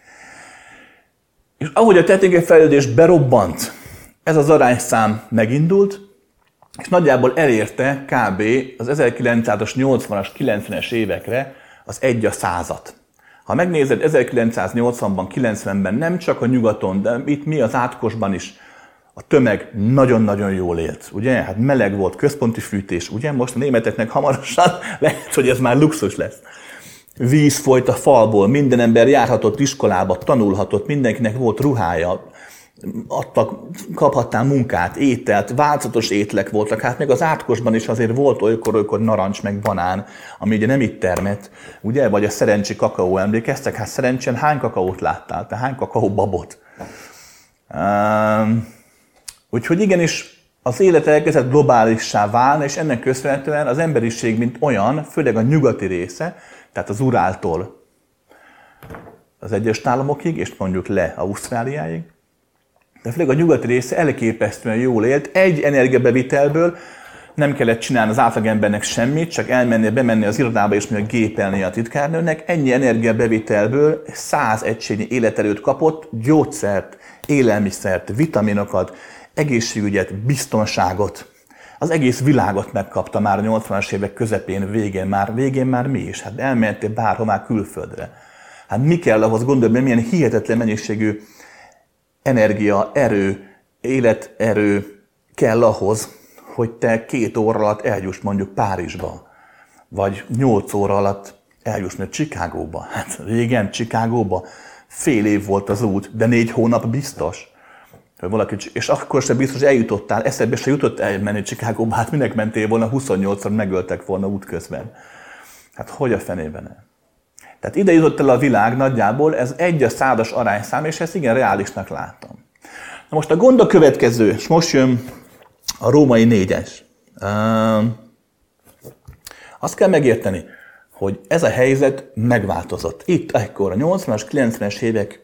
És ahogy a technikai fejlődés berobbant, ez az arányszám megindult, és nagyjából elérte kb. Az 1980-as, 90-es évekre az 1/100-at. Ha megnézed, 1980-ban, 90-ben nem csak a nyugaton, de itt mi az átkosban is, a tömeg nagyon-nagyon jól élt, ugye? Hát meleg volt, központi fűtés, ugye? Most a németeknek hamarosan lehet, hogy ez már luxus lesz. Víz folyt a falból, minden ember járhatott iskolába, tanulhatott, mindenkinek volt ruhája, kaphattál munkát, ételt, változatos étlek voltak, hát még az átkosban is azért volt olykor narancs meg banán, ami ugye nem itt termett, ugye? Vagy a szerencsi kakaó, emlékeztek? Hát szerencsén hány kakaót láttál? Te hány kakaóbabot? Úgyhogy igenis az élet elkezdett globálissá válni, és ennek köszönhetően az emberiség, mint olyan, főleg a nyugati része, tehát az Uráltól az Egyesült Államokig, és mondjuk le Ausztráliáig, de főleg a nyugati része elképesztően jól élt. Egy energiabevitelből nem kellett csinálni az átlagembernek semmit, csak bemenni az irodába és még gépelni a titkárnőnek. Ennyi energiabevitelből 100 egységnyi életerőt kapott, gyógyszert, élelmiszert, vitaminokat, egészségügyet, biztonságot, az egész világot megkapta már a 80-as évek közepén, végén már mi is. Hát elmentél bárhová külföldre. Hát mi kell ahhoz gondolni, milyen hihetetlen mennyiségű energia, erő, életerő kell ahhoz, hogy te 2 óra alatt eljuss mondjuk Párizsba, vagy 8 óra alatt eljuss mondjuk Chicagóba. Hát régen Chicagóba fél év volt az út, de 4 hónap biztos. Valaki, és akkor sem biztos, hogy eljutottál, eszedbe se jutott elmenni Chicagóba, hát minek mentél volna, 28-szor megöltek volna útközben. Hát hogy a fenében? Tehát ide jutott el a világ nagyjából, ez 1/100 arányszám, és ezt igen reálisnak látom. Na most a gond a következő, és most jön a római 4-es. Azt kell megérteni, hogy ez a helyzet megváltozott. Itt ekkor a 80-as, 90-es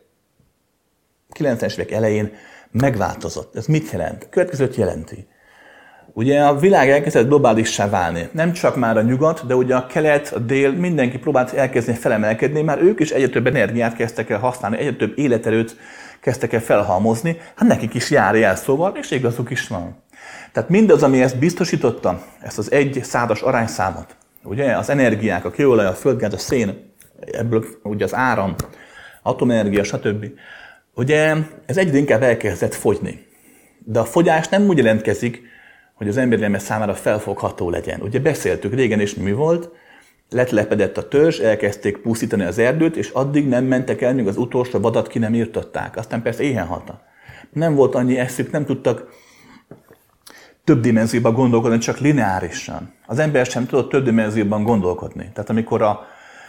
évek elején megváltozott. Ez mit jelent? A következőt jelenti. Ugye a világ elkezdett globálissá válni. Nem csak már a nyugat, de ugye a kelet, a dél, mindenki próbált elkezdeni felemelkedni, már ők is egyre több energiát kezdtek el használni, egyre több életerőt kezdtek el felhalmozni, hát nekik is jár jelszóval, és igazuk is van. Tehát mindaz, ami ezt biztosította, ezt az 1/100 arányszámot, ugye az energiák, a kőolaj, a földgáz, a szén, ebből ugye az áram, atomenergia, stb. Ugye ez egyre inkább elkezdett fogyni. De a fogyás nem úgy jelentkezik, hogy az emberi ember számára felfogható legyen. Ugye beszéltük régen is, mi volt, letlepedett a törzs, elkezdték pusztítani az erdőt, és addig nem mentek el, míg az utolsó vadat ki nem írtották. Aztán persze éhen haltak. Nem volt annyi eszük, nem tudtak több dimenzióban gondolkodni, csak lineárisan. Az ember sem tudott több dimenzióban gondolkodni. Tehát amikor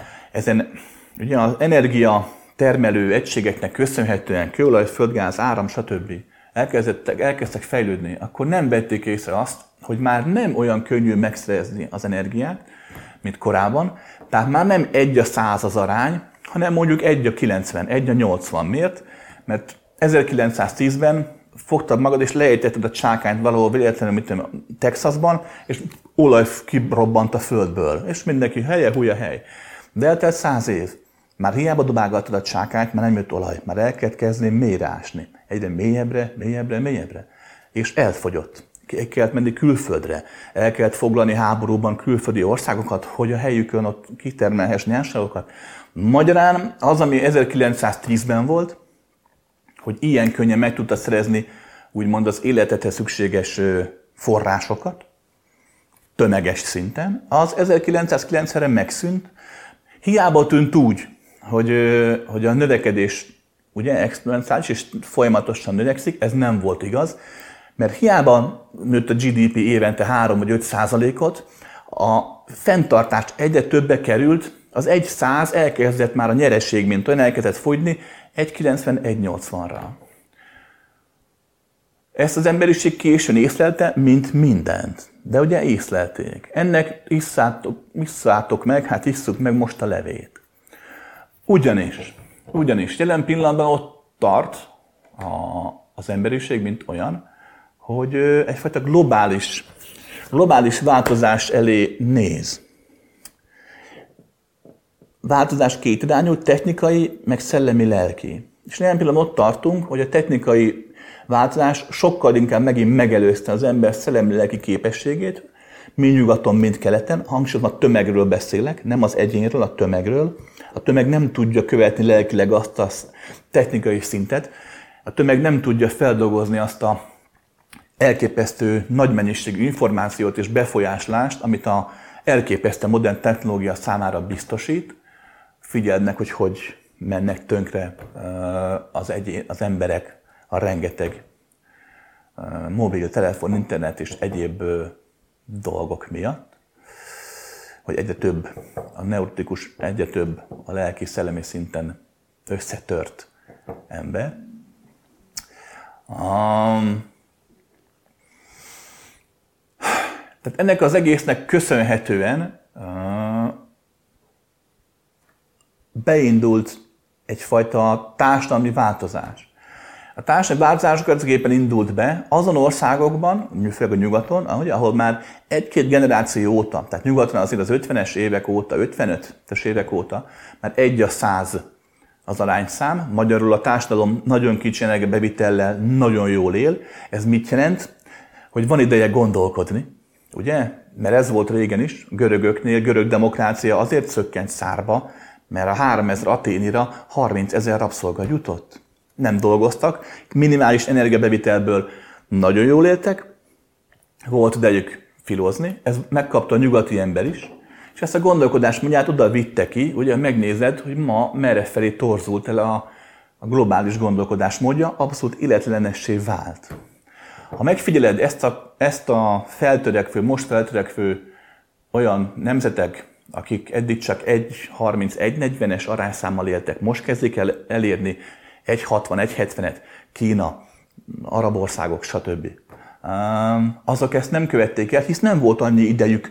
ugye az energia termelő egységeknek köszönhetően kőolaj, földgáz, áram, stb. Elkezdtek fejlődni, akkor nem vették észre azt, hogy már nem olyan könnyű megszerezni az energiát, mint korábban. Tehát már nem 1/100 az arány, hanem mondjuk 1/90, 1/80. Miért? Mert 1910-ben fogtad magad és lejtetted a csákányt valahol véletlenül, Texasban, és olaj kirobbant a földből. És mindenki helye, hely. De eltelt 100 év. Már hiába dobálgattad a csákányt, már nem jött olaj. Már el kellett kezdeni mélyre ásni. Egyre mélyebbre. És elfogyott. Kellett menni külföldre. El kellett foglalni háborúban külföldi országokat, hogy a helyükön ott kitermelhess nyersanyagokat. Magyarán az, ami 1910-ben volt, hogy ilyen könnyen meg tudta szerezni úgymond az életedhez szükséges forrásokat, tömeges szinten, az 1990-re megszűnt. Hiába tűnt úgy, hogy a növekedés ugye exponenciális és folyamatosan növekszik, ez nem volt igaz, mert hiába nőtt a GDP évente 3 vagy 5%-ot, a fenntartást egyre többe került, az 1/100 elkezdett már a nyereség, mint olyan elkezdett fogyni, 1,90-1,80-ra. Ezt az emberiség későn észlelte, mint mindent. De ugye észlelték. Ennek isszátok meg, hát isszuk meg most a levét. Ugyanis jelen pillanatban ott tart az emberiség, mint olyan, hogy egyfajta globális változás elé néz. Változás kétirányú, technikai, meg szellemi-lelki. És jelen pillanatban ott tartunk, hogy a technikai változás sokkal inkább megint megelőzte az ember szellemi-lelki képességét, mind nyugaton, mind keleten. Hangsúlyozom, a tömegről beszélek, nem az egyénről, a tömegről. A tömeg nem tudja követni lelkileg azt a technikai szintet. A tömeg nem tudja feldolgozni azt a elképesztő nagy mennyiségű információt és befolyáslást, amit a elképesztő modern technológia számára biztosít. Figyeld meg, hogy mennek tönkre az emberek a rengeteg mobil, telefon, internet és egyéb dolgok miatt, hogy egyre több a neurotikus, egyre több a lelki, szellemi szinten összetört ember. Tehát ennek az egésznek köszönhetően beindult egyfajta társadalmi változás. A társadalmi változás következőképpen indult be azon országokban, főleg a nyugaton, ahol már 1-2 generáció óta, tehát nyugaton azért az 50-es évek óta, 55-es évek óta, már 1/100 az arányszám, magyarul a társadalom nagyon kicsi energiabevitellel nagyon jól él. Ez mit jelent? Hogy van ideje gondolkodni, ugye? Mert ez volt régen is, görögöknél, görög demokrácia azért szökkent szárba, mert a 3000 aténira 30 000 rabszolga jutott. Nem dolgoztak, minimális energiabevitelből nagyon jól éltek, volt idejük filózni, ez megkapta a nyugati ember is, és ezt a gondolkodásmódját oda vitte ki, ugye megnézed, hogy ma merre felé torzult el a globális gondolkodásmódja, abszolút életlenessé vált. Ha megfigyeled ezt a most feltörekvő olyan nemzetek, akik eddig csak 1,30-1,40-es arányszámmal éltek, most kezdik el elérni 1,60-1,70-et, Kína, arab országok, stb. Azok ezt nem követték el, hisz nem volt annyi idejük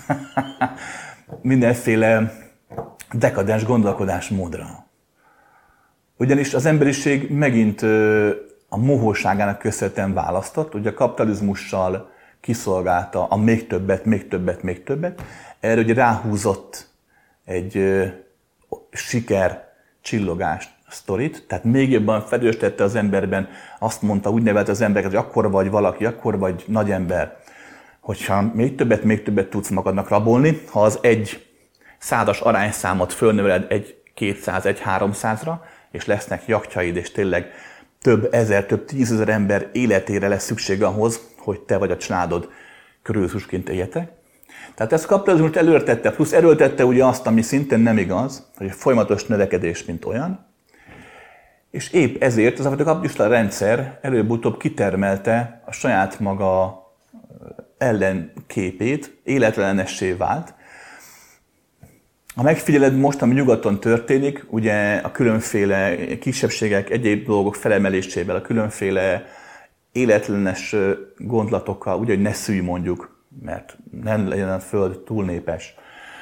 mindenféle dekadens gondolkodásmódra. Ugyanis az emberiség megint a mohóságának köszönhetően választott, ugye a kapitalizmussal kiszolgálta a még többet. Erre ugye ráhúzott egy siker csillogást, sztorit, tehát még jobban felőstette az emberben, azt mondta, úgy nevelt az embereket, hogy akkor vagy valaki, akkor vagy nagy ember, hogyha még többet tudsz magadnak rabolni, ha az 1:100-as arányszámot fölnöveled 1,200-1,300-ra, és lesznek jachtjaid, és tényleg több ezer, több 10 000 ember életére lesz szükség ahhoz, hogy te vagy a családod körülzusként éljetek. Tehát ezt kapitalizmus előrtette, plusz erőltette ugye azt, ami szintén nem igaz, hogy a folyamatos növekedés, mint olyan. És épp ezért az a kapitalista rendszer előbb-utóbb kitermelte a saját maga ellenképét, életlenessé vált. Ha megfigyeled most, ami nyugaton történik, ugye a különféle kisebbségek, egyéb dolgok felemelésével, a különféle életlenes gondolatokkal, ugye, hogy ne szülj mondjuk, mert nem legyen a Föld túl népes.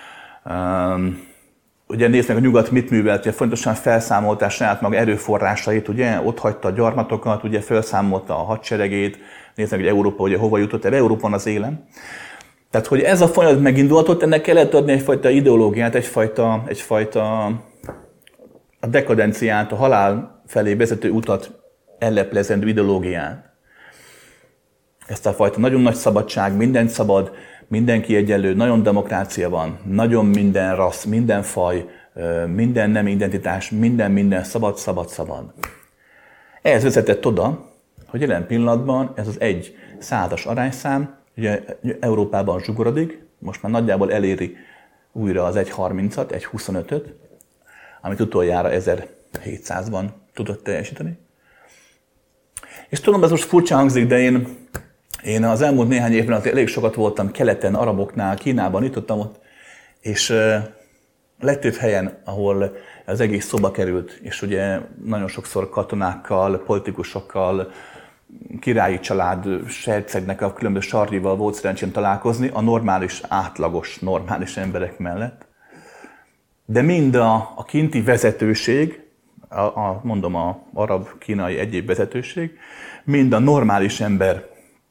Ugye nézd meg a nyugat mit művelt, ugye fontosan felszámolta saját maga erőforrásait, ugye ott hagyta a gyarmatokat, ugye felszámolta a hadseregét, nézd meg, hogy Európa ugye hova jutott, Európa van az élen. Tehát, hogy ez a folyamat megindulhatott, ennek kellett adni egyfajta ideológiát, egyfajta a dekadenciát, a halál felé vezető utat elleplezendő ideológiát. Ezt a fajta nagyon nagy szabadság, minden szabad, mindenki egyenlő, nagyon demokrácia van, nagyon minden rassz, minden faj, minden nem identitás, minden szabad. Ehhez vezetett oda, hogy jelen pillanatban ez az 1:100-as arányszám, ugye Európában zsugorodik, most már nagyjából eléri újra az 1:30-at, 1:25-öt, amit utoljára 1700-ban tudott teljesíteni. És tudom, ez most furcsa hangzik, de én az elmúlt néhány évben elég sokat voltam keleten, araboknál, Kínában, itt ott, és legtöbb helyen, ahol az egész szóba került, és ugye nagyon sokszor katonákkal, politikusokkal, királyi család sercegnek a különböző sarjival volt szerencsém találkozni, a normális, átlagos, normális emberek mellett. De mind a kinti vezetőség, mondom a arab, kínai, egyéb vezetőség, mind a normális ember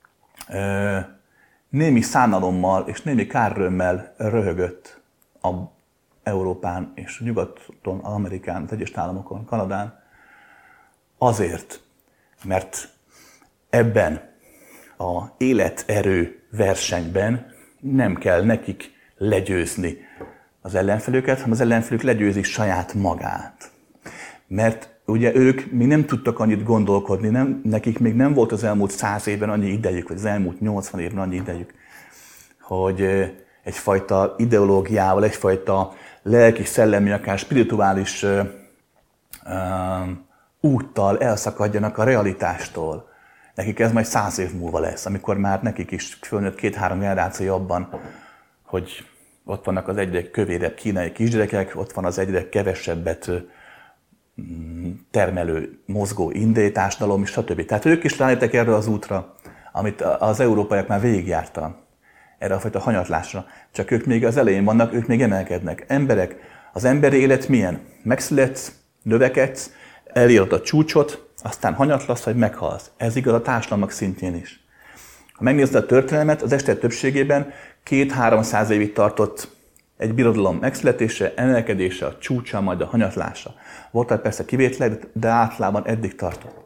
némi szánalommal és némi kárörömmel röhögött a Európán és nyugaton, Amerikán, az Egyesült Államokon, Kanadán, azért, mert ebben a életerő versenyben nem kell nekik legyőzni az ellenfelüket, hanem az ellenfelük legyőzik saját magát. Mert ugye ők még nem tudtak annyit gondolkodni, nekik még nem volt az elmúlt 100 évben annyi idejük, vagy az elmúlt 80 évben annyi idejük, hogy egyfajta ideológiával, egyfajta lelki, szellemi, akár spirituális úttal elszakadjanak a realitástól. Nekik ez majd 100 év múlva lesz, amikor már nekik is fölnőtt 2-3 generáció abban, hogy ott vannak az egyre kövérebb kínai kisgyerekek, ott van az egyre kevesebbet termelő, mozgó indiai társadalom, stb. Tehát ők is rájöttek erre az útra, amit az európaiak már végigjártak, erre a fajta hanyatlásra. Csak ők még az elején vannak, ők még emelkednek. Emberek, az emberi élet milyen? Megszületsz, növekedsz, elérod a csúcsot, aztán hanyatlasz, vagy meghalsz. Ez igaz a társadalmak szintjén is. Ha megnézed a történelmet, az este többségében 200-300 évig tartott egy birodalom megszületése, emelkedése, a csúcsa, majd a hanyatlása. Voltak persze kivételek, de általában eddig tartott.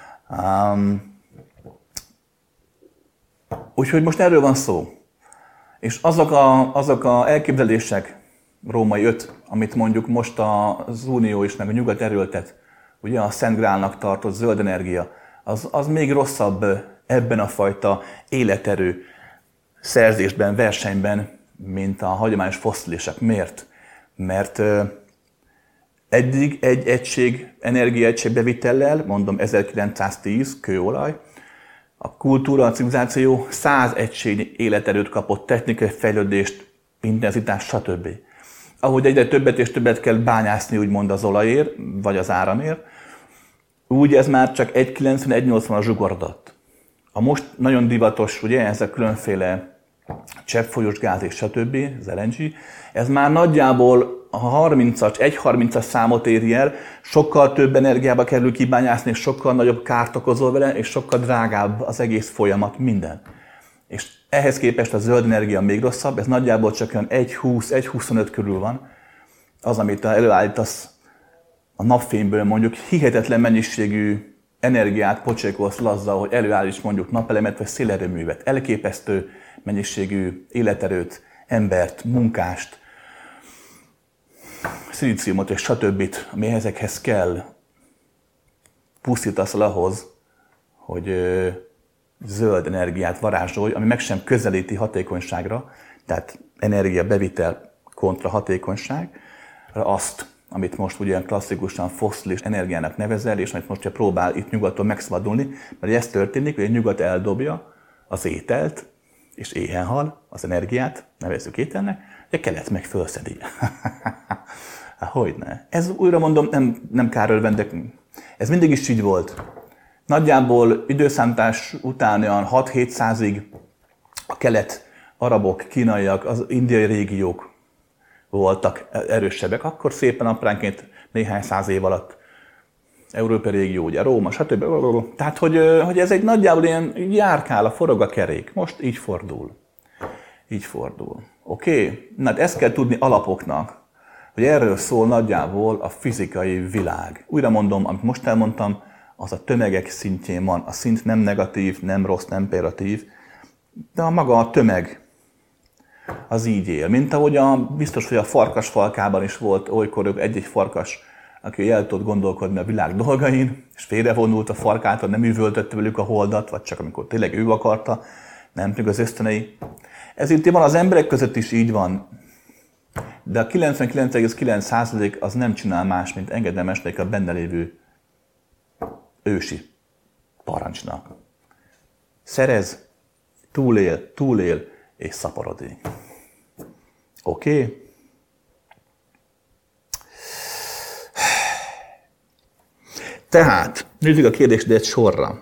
Úgyhogy most erről van szó. És azok a elképzelések, római 5, amit mondjuk most az Unió is, meg a Nyugat erőltet, ugye a Szent Grálnak tartott zöld energia, az még rosszabb ebben a fajta életerő szerzésben, versenyben, mint a hagyományos fosszilisek. Miért? Mert eddig egy egység, energiaegység bevitellel, mondom 1910 kőolaj, a kultúra, a civilizáció 100 egység életerőt kapott, technikai fejlődést, intenzitást, stb. Ahogy egyre többet és többet kell bányászni, úgymond az olajért, vagy az áramért, úgy ez már csak 1,90-1,80 a zsugorodott. A most nagyon divatos, ugye, ezek különféle cseppfolyós gáz és stb., az LNG, ez már nagyjából a 1,30-as számot éri el, sokkal több energiába kerül kibányászni, és sokkal nagyobb kárt okozol vele, és sokkal drágább az egész folyamat, minden. És ehhez képest a zöld energia még rosszabb, ez nagyjából csak olyan 1,20-1,25 körül van. Az, amit előállítasz a napfényből, mondjuk hihetetlen mennyiségű energiát pocsékolsz azzal, hogy előállíts mondjuk napelemet vagy szélerőművet. Elképesztő mennyiségű életerőt, embert, munkást, szilíciumot és stb., ami ezekhez kell, pusztítasz el ahhoz, hogy zöld energiát varázsolj, ami meg sem közelíti hatékonyságra, tehát energiabevitel kontra hatékonyság, azt, amit most ugye klasszikusan fosszilis energiának nevezel, és amit most próbál itt nyugaton megszabadulni, mert ez történik, hogy a nyugat eldobja az ételt, és éhen hal, az energiát, nevezzük ételnek, a kelet meg fölszedi. Hogyne. Ez újra mondom, nem kárörvendek. Ez mindig is így volt. Nagyjából időszámítás után olyan 6-700-ig a kelet, arabok, kínaiak, az indiai régiók voltak erősebbek. Akkor szépen apránként néhány száz év alatt Európai régió, ugye Róma, stb. Tehát, hogy ez egy nagyjából ilyen járkál, forog a kerék. Most így fordul. Így fordul. Oké? Na, ezt kell tudni alapoknak, hogy erről szól nagyjából a fizikai világ. Újra mondom, amit most elmondtam, az a tömegek szintjén van. A szint nem negatív, nem rossz, nem pejoratív, de a maga a tömeg az így él. Mint ahogy biztos, hogy a farkas falkában is volt olykor egy-egy farkas, aki el tudott gondolkodni a világ dolgain, és félrevonult a farkától, nem üvöltötte velük a holdat, vagy csak amikor tényleg ő akarta, nem pedig az ösztönei. Ez itt van, az emberek között is így van, de a 99,9% az nem csinál más, mint engedelmeskedik a benne lévő ősi parancsnak. Szerez, túlél és szaporodik. Oké? Tehát, nézzük a kérdésedet sorra.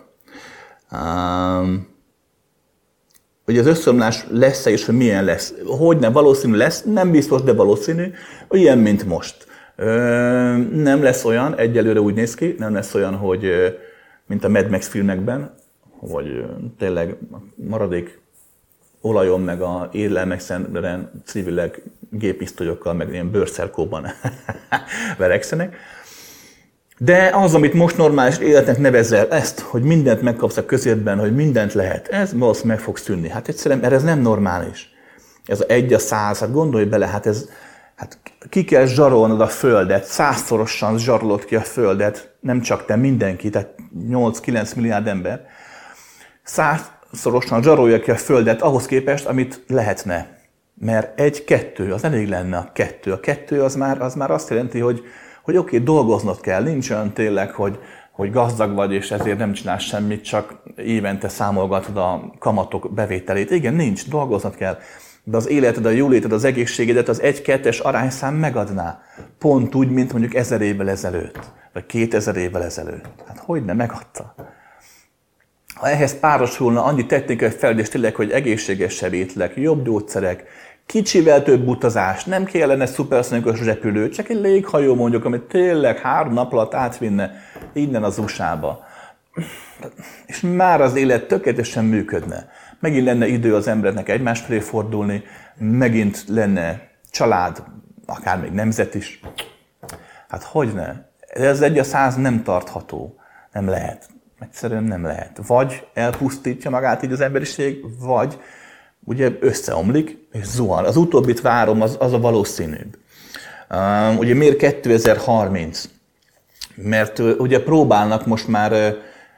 Hogy az összeomlás lesz-e és hogy milyen lesz. Hogyne, valószínű lesz, nem biztos, de valószínű, ilyen, mint most. Nem lesz olyan, egyelőre úgy néz ki, nem lesz olyan, hogy mint a Mad Max filmekben, hogy tényleg maradék olajon, meg a élelmiszeren civilek géppisztolyokkal, meg ilyen bőrszerkóban verekszenek. De az, amit most normális életnek nevezel, ezt, hogy mindent megkapsz a közérdben, hogy mindent lehet, ez valószínűleg meg fog szűnni. Hát egyszerűen, mert ez nem normális. Ez a 1/100, hát gondolj bele, hát ki kell zsarolnod a Földet, 100-szorosan zsarolod ki a Földet, nem csak te, mindenki, tehát 8-9 milliárd ember, 100-szorosan zsarolja ki a Földet ahhoz képest, amit lehetne. Mert 1-2, az elég lenne a 2. A 2 az már azt jelenti, hogy oké, dolgoznod kell, nincs olyan tényleg, hogy gazdag vagy, és ezért nem csinálsz semmit, csak évente számolgatod a kamatok bevételét. Igen, nincs, dolgoznod kell. De az életed, a jóléted, az egészségedet az 1-2-es arányszám megadná. Pont úgy, mint mondjuk 1000 évvel ezelőtt, vagy 2000 évvel ezelőtt. Hát hogyne, megadta. Ha ehhez párosulna annyi technikai fejlődés tényleg, hogy egészségesebb étlek, jobb gyógyszerek, kicsivel több utazás, nem kellene szuperszonikus repülő, csak egy léghajó mondjuk, amit tényleg 3 nap alatt átvinne innen az USA-ba. És már az élet tökéletesen működne. Megint lenne idő az embereknek egymás felé fordulni, megint lenne család, akár még nemzet is. Hát hogyne? Ez 1/100 nem tartható. Nem lehet. Egyszerűen nem lehet. Vagy elpusztítja magát így az emberiség, vagy ugye összeomlik és zuhan. Az utóbbit várom, az a valószínűbb. Ugye miért 2030? Mert ugye próbálnak most már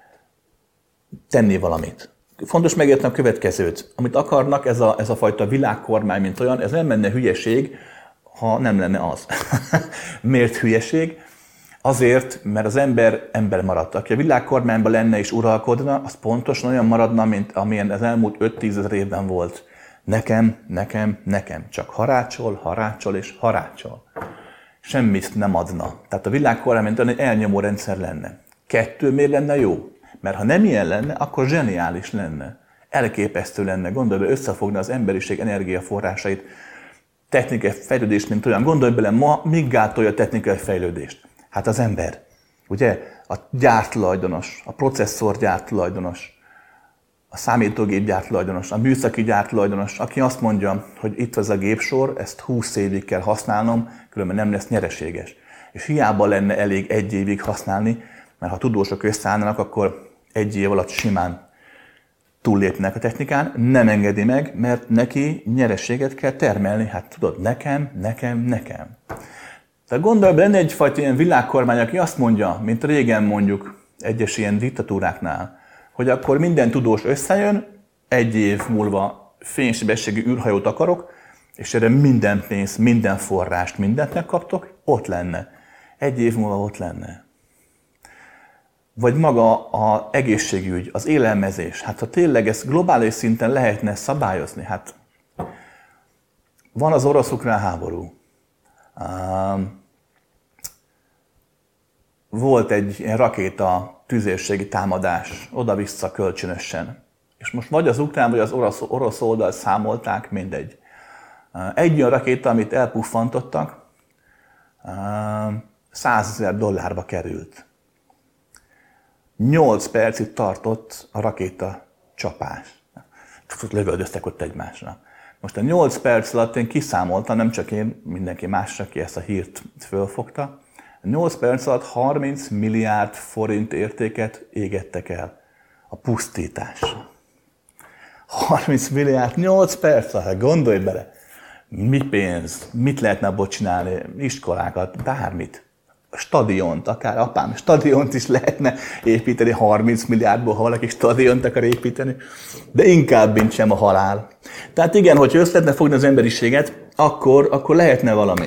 tenni valamit. Fontos megérteni a következőt. Amit akarnak, ez a fajta világkormány, mint olyan, ez nem lenne hülyeség, ha nem lenne az. Miért hülyeség? Azért, mert az ember maradt. Aki a világkormányban lenne és uralkodna, az pontosan olyan maradna, mint amilyen az elmúlt 5-10 ezer évben volt. Nekem. Csak harácsol és harácsol. Semmit nem adna. Tehát a világkormány mint egy elnyomó rendszer lenne. 2 miért lenne jó? Mert ha nem ilyen lenne, akkor zseniális lenne. Elképesztő lenne. Gondolj bele, összefogna az emberiség energiaforrásait, technikai fejlődést, mint olyan. Gondolj bele, ma még gátolja a technikai fejlődést. Hát az ember. Ugye? A gyártulajdonos, a processzor gyártulajdonos, a számítógép gyártulajdonos, a műszaki gyártulajdonos, aki azt mondja, hogy itt az a gépsor, ezt 20 évig kell használnom, különben nem lesz nyereséges. És hiába lenne elég 1 évig használni, mert ha tudósok összeállnak, akkor 1 év alatt simán túllépnek a technikán, nem engedi meg, mert neki nyereséget kell termelni. Hát tudod, nekem. Tehát gondolj, lenne egyfajta ilyen világkormány, aki azt mondja, mint régen mondjuk egyes ilyen diktatúráknál, hogy akkor minden tudós összejön, 1 év múlva fénysebességű űrhajót akarok, és erre minden pénzt, minden forrást, mindent megkaptok, ott lenne. 1 év múlva ott lenne. Vagy maga az egészségügy, az élelmezés. Hát ha tényleg ezt globális szinten lehetne szabályozni, hát van az orosz-ukrán háború. Volt egy ilyen rakéta tüzérségi támadás, oda-vissza kölcsönösen. És most vagy az ukrán, vagy az orosz oldal számolták, mindegy. Egy olyan rakéta, amit elpuffantottak, $100,000 került. 8 percig tartott a rakéta csapás. Lövöldöztek ott egymásra. Most a 8 perc alatt én kiszámoltam, nem csak én, mindenki más, aki ezt a hírt fölfogta. A 8 perc alatt 30 milliárd forint értéket égettek el a pusztításra. 30 milliárd, 8 perc alatt, gondolj bele! Mi pénz? Mit lehetne abból csinálni? Iskolákat, bármit. Stadiont, akár apám, stadiont is lehetne építeni 30 milliárdból, ha valaki stadiont akar építeni, de inkább mint sem a halál. Tehát igen, hogyha össze lehetne fogni az emberiséget, akkor lehetne valami.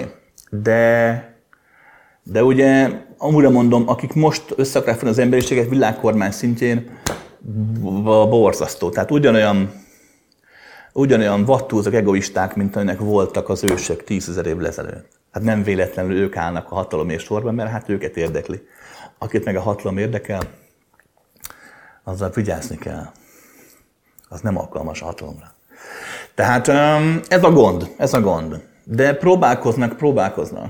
De ugye, amúra mondom, akik most össze akarják fogni az emberiséget világkormány szintjén, borzasztó. Tehát ugyanolyan vattúzak, egoisták, mint aminek voltak az ősök 10 000 évvel ezelőtt. Hát nem véletlenül ők állnak a hatalomért sorban, mert hát őket érdekli. Akit meg a hatalom érdekel, azzal vigyázni kell. Az nem alkalmas a hatalomra. Tehát ez a gond. De próbálkoznak.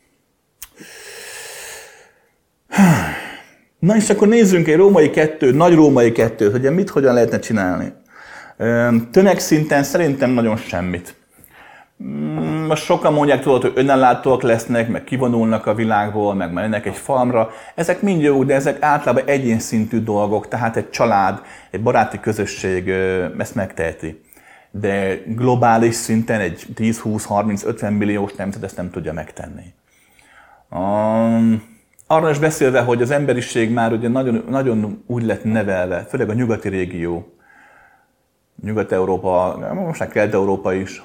Na és akkor nézzünk egy nagy római kettőt, hogy hogyan lehetne csinálni. Tömegszinten szerintem nagyon semmit. Most sokan mondják, tudod, hogy önellátóak lesznek, meg kivonulnak a világból, meg mennek egy farmra. Ezek mind jók, de ezek általában egyén szintű dolgok, tehát egy család, egy baráti közösség ezt megteheti. De globális szinten egy 10, 20, 30, 50 milliós nemzet ezt nem tudja megtenni. Arra is beszélve, hogy az emberiség már ugye nagyon, nagyon úgy lett nevelve, főleg a nyugati régió, Nyugat-Európa, most már Kelet-Európa is,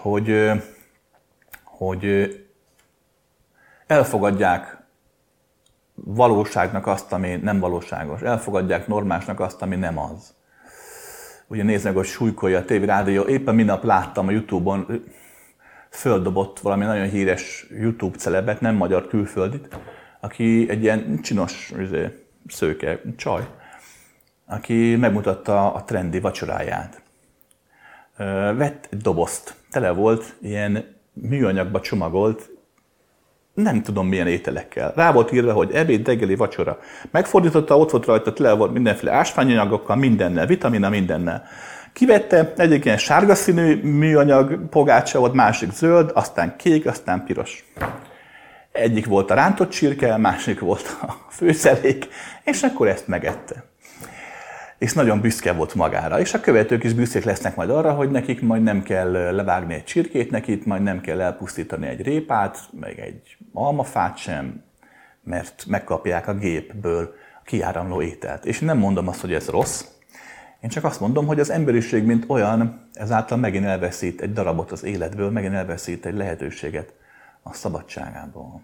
hogy elfogadják valóságnak azt, ami nem valóságos. Elfogadják normásnak azt, ami nem az. Ugye néznek, hogy súlykolja a TV rádió. Éppen minap láttam a YouTube-on, földobott valami nagyon híres YouTube celebet, nem magyar, külföldit, aki egy ilyen csinos szőke csaj, aki megmutatta a trendi vacsoráját. Vett egy dobozt, tele volt ilyen műanyagba csomagolt, nem tudom milyen ételekkel. Rá volt írva, hogy ebéd, reggeli, vacsora. Megfordította, ott volt rajta, tele volt mindenféle ásványanyagokkal, mindennel, vitamina, mindennel. Kivette, egyik ilyen sárga színű műanyag pogácsa volt, másik zöld, aztán kék, aztán piros. Egyik volt a rántott csirke, másik volt a főzelék, és akkor ezt megette. És nagyon büszke volt magára. És a követők is büszkék lesznek majd arra, hogy nekik majd nem kell levágni egy csirkét, nekik majd nem kell elpusztítani egy répát, meg egy almafát sem, mert megkapják a gépből a kiáramló ételt. És nem mondom azt, hogy ez rossz, én csak azt mondom, hogy az emberiség, mint olyan, ezáltal megint elveszít egy darabot az életből, megint elveszít egy lehetőséget a szabadságából.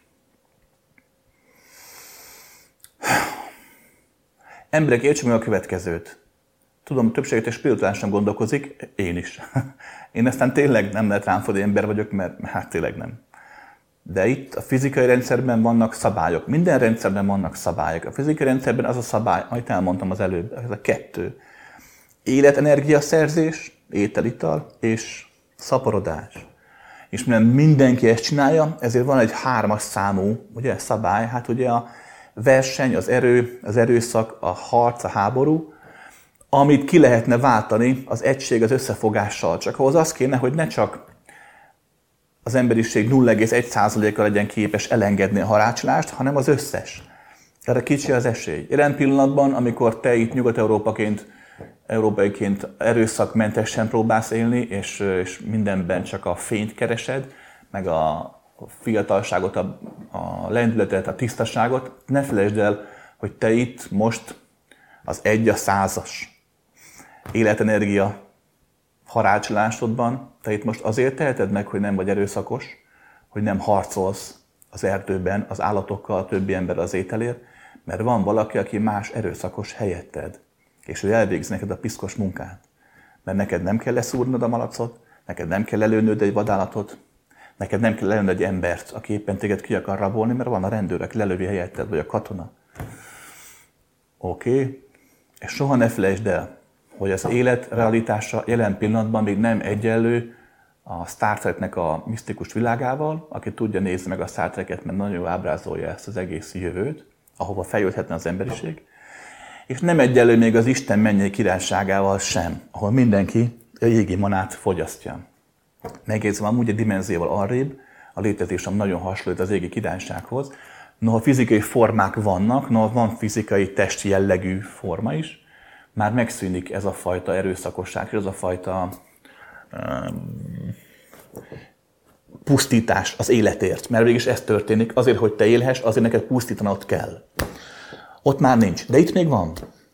Emberek, értsük meg a következőt. Tudom, többséget és spirituálisan gondolkozik, én is. Én aztán tényleg nem lehet rám fogni, ember vagyok, mert hát tényleg nem. De itt a fizikai rendszerben vannak szabályok. Minden rendszerben vannak szabályok. A fizikai rendszerben az a szabály, amit elmondtam az előbb, ez a 2. Életenergia szerzés, étel-ital és szaporodás. És mivel mindenki ezt csinálja, ezért van egy 3-as számú ugye, szabály. Hát ugye a verseny, az erő, az erőszak, a harc, a háború, amit ki lehetne váltani az egység, az összefogással. Csak ahhoz az kéne, hogy ne csak az emberiség 0,1%-a legyen képes elengedni a harácsolást, hanem az összes. Erre kicsi az esély. Jelen pillanatban, amikor te itt európaiként erőszakmentesen próbálsz élni, és mindenben csak a fényt keresed, meg a fiatalságot, a lendületet, a tisztaságot, ne felejtsd el, hogy te itt most az 1/100-as életenergia harácsolásodban, te itt most azért teheted meg, hogy nem vagy erőszakos, hogy nem harcolsz az erdőben az állatokkal, a többi ember az ételért, mert van valaki, aki más erőszakos helyetted, és ő elvégzi neked a piszkos munkát. Mert neked nem kell leszúrnod a malacot, neked nem kell lelőnöd egy vadállatot, neked nem kell lelőnöd egy embert, aki éppen téged ki akar rabolni, mert van a rendőr, aki lelövi helyetted, vagy a katona. Oké? És soha ne felejtsd el, hogy az élet realitása jelen pillanatban még nem egyenlő a Star Treknek a misztikus világával, aki tudja, nézni meg a Star Treket, mert nagyon jól ábrázolja ezt az egész jövőt, ahova feljöhetne az emberiség. És nem egyenlő még az Isten mennyei királyságával sem, ahol mindenki a jégi manát fogyasztja. Megjegyzve amúgy egy dimenzióval arrébb, a létezésem nagyon hasonlít az égi királysághoz. Noha fizikai formák vannak, noha van fizikai test jellegű forma is, már megszűnik ez a fajta erőszakosság, és ez a fajta pusztítás az életért. Mert végig is ez történik, azért, hogy te élhess, azért neked pusztítanod kell. Ott már nincs, de itt még van.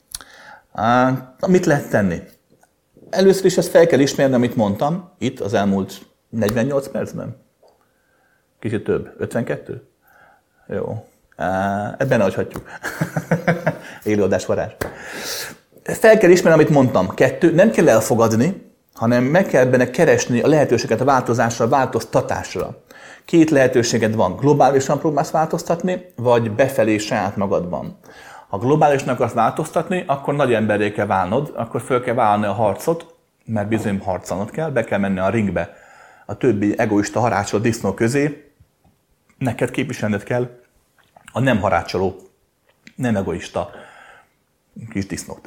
Mit lehet tenni? Először is ezt fel kell ismerni, amit mondtam, itt az elmúlt 48 percben. Kicsit több, 52? Jó. Ebben hagyhatjuk. Élőadás varázs. Fel kell ismerni, amit mondtam. 2, nem kell elfogadni, hanem meg kell benne keresni a lehetőséget a változásra, a változtatásra. 2 lehetőséged van. Globálisan próbálsz változtatni, vagy befelé saját magadban. Ha globálisnak akarsz változtatni, akkor nagy emberré kell válnod, akkor föl kell vállalni a harcot, mert bizony harcolnod kell, be kell menni a ringbe a többi egoista harácsoló disznó közé, neked képviselned kell a nem harácsoló, nem egoista kis disznót.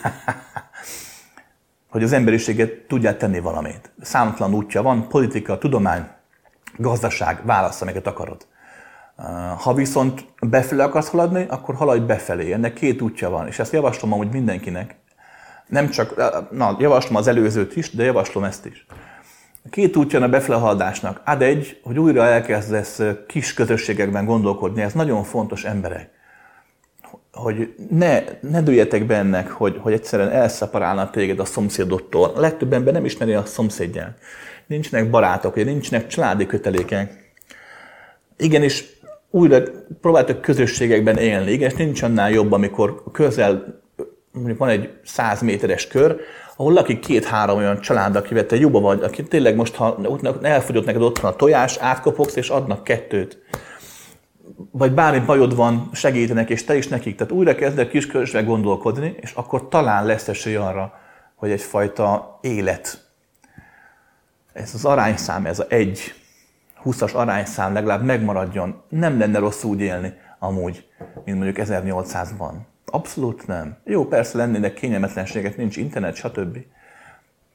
Hogy az emberiséget tudják tenni valamit. Számtalan útja van, politika, tudomány, gazdaság, válasz, amiket akarod. Ha viszont befelé akarsz haladni, akkor haladj befelé. Ennek 2 útja van, és ezt javaslom amúgy mindenkinek. Nem csak, javaslom az előzőt is, de javaslom ezt is. 2 útja van a befelé haladásnak. Egy, hogy újra elkezdesz kis közösségekben gondolkodni, ez nagyon fontos, emberek. Hogy ne dőljetek be ennek, hogy egyszerűen elszeparálnak téged a szomszédodtól. A legtöbb ember nem ismeri a szomszédját. Nincsenek barátok, nincsenek családi kötelékek. Igenis, újra próbáltok közösségekben élni. Igen, és nincs annál jobb, amikor közel, mondjuk van egy 100 méteres kör, ahol lakik 2-3 olyan család, akivel te jóba vagy, aki tényleg most, ha elfogyott neked otthon a tojás, átkopogsz, és adnak 2. Vagy bármi bajod van, segítenek, és te is nekik. Tehát újra kezdek kiskörösre gondolkodni, és akkor talán lesz esély arra, hogy egyfajta élet. Ez az arányszám, ez a 1/20-as arányszám legalább megmaradjon. Nem lenne rossz úgy élni amúgy, mint mondjuk 1800-ban. Abszolút nem. Jó, persze lennének kényelmetlenségek, nincs internet, stb.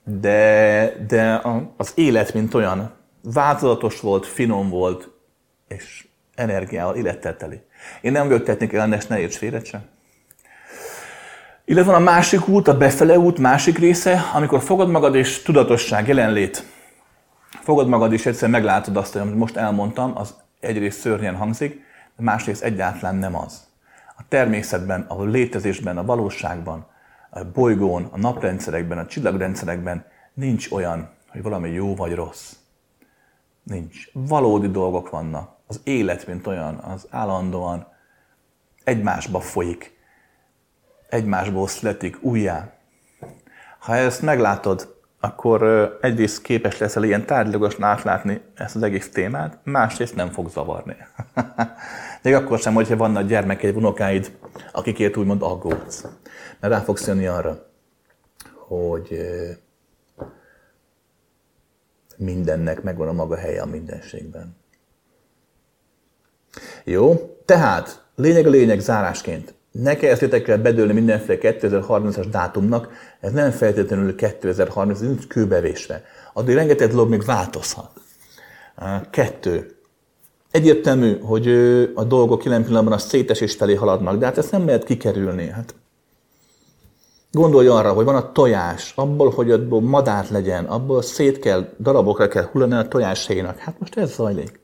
de az élet, mint olyan, változatos volt, finom volt, és energiával, élettel teli. Én nem vagyok technikai ellenes, ne érts félre se. Illetve van a másik út, a befele út másik része, amikor fogod magad és tudatosság, jelenlét. Fogod magad és egyszerűen meglátod azt, amit most elmondtam, az egyrészt szörnyen hangzik, de másrészt egyáltalán nem az. A természetben, a létezésben, a valóságban, a bolygón, a naprendszerekben, a csillagrendszerekben nincs olyan, hogy valami jó vagy rossz. Nincs. Valódi dolgok vannak. Az élet, mint olyan, az állandóan egymásba folyik. Egymásból születik újjá. Ha ezt meglátod, akkor egyrészt képes leszel ilyen tárgyilagosan átlátni ezt az egész témát, másrészt nem fog zavarni. Még akkor sem, hogyha vannak gyermekeid, unokáid, akikért úgymond aggódsz. Mert rá fogsz jönni arra, hogy mindennek megvan a maga helye a mindenségben. Jó? Tehát, lényeg zárásként. Ne kezdjétek el bedőlni mindenféle 2030-as dátumnak, ez nem feltétlenül 2030, ez nincs kőbevésve. Addig rengeteg dolog még változhat. 2. Egyértelmű, hogy a dolgok jelen pillanatban a szétesés felé haladnak, de hát ezt nem lehet kikerülni. Hát gondolj arra, hogy van a tojás, abból, hogy abból madár legyen, abból darabokra kell hullani a tojáshéjnak. Hát most ez zajlik.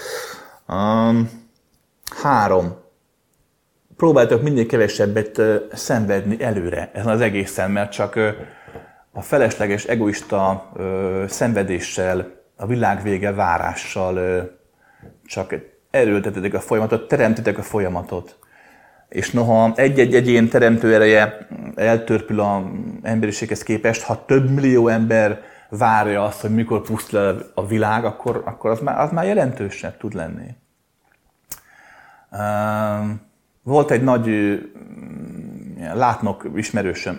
3. Próbáltok mindig kevesebbet szenvedni előre ezen az egészen, mert csak a felesleges, egoista szenvedéssel, a világvége várással csak erőltetitek a folyamatot, teremtitek a folyamatot. És noha egy-egy egyén teremtő ereje eltörpül az emberiséghez képest, ha több millió ember várja azt, hogy mikor pusztul el a világ, akkor az már jelentősebb tud lenni. Volt egy nagy látnok ismerősöm.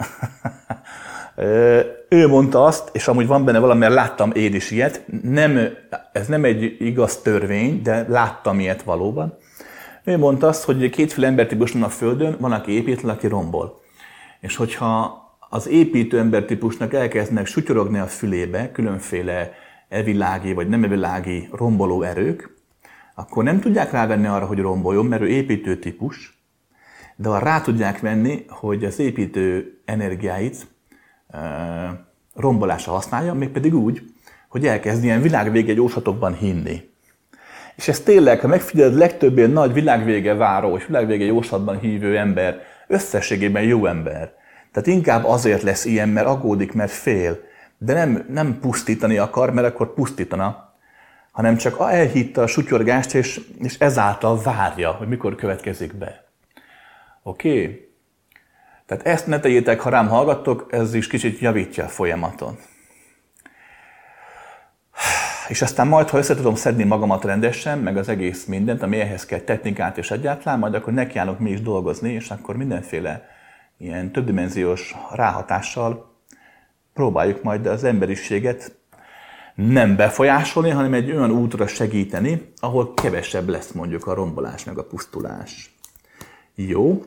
Ő mondta azt, és amúgy van benne valami, mert láttam én is ilyet. Ez nem egy igaz törvény, de láttam ilyet valóban. Ő mondta azt, hogy kétféle embertípus van a Földön, van, aki épít, van, aki rombol. És hogyha az építő embertípusnak elkezdenek sutyorogni a fülébe különféle evilági vagy nem evilági romboló erők, akkor nem tudják rávenni arra, hogy romboljon, mert ő építő típus, de ha rá tudják venni, hogy az építő energiáit rombolásra használja, mégpedig úgy, hogy elkezd ilyen világvége jóslatokban hinni. És ez tényleg, ha megfigyeled, legtöbb ilyen nagy világvége váró és világvége jóslatban hívő ember összességében jó ember. Tehát inkább azért lesz ilyen, mert aggódik, mert fél, de nem pusztítani akar, mert akkor pusztítana, hanem csak elhitte a sutyorgást, és ezáltal várja, hogy mikor következik be. Oké? Tehát ezt ne tegyétek, ha rám hallgattok, ez is kicsit javítja a folyamaton. És aztán majd, ha össze tudom szedni magamat rendesen, meg az egész mindent, ami ehhez kell technikát és egyáltalán, majd akkor nekiállunk mi is dolgozni, és akkor mindenféle ilyen többdimenziós ráhatással próbáljuk majd az emberiséget nem befolyásolni, hanem egy olyan útra segíteni, ahol kevesebb lesz mondjuk a rombolás, meg a pusztulás. Jó?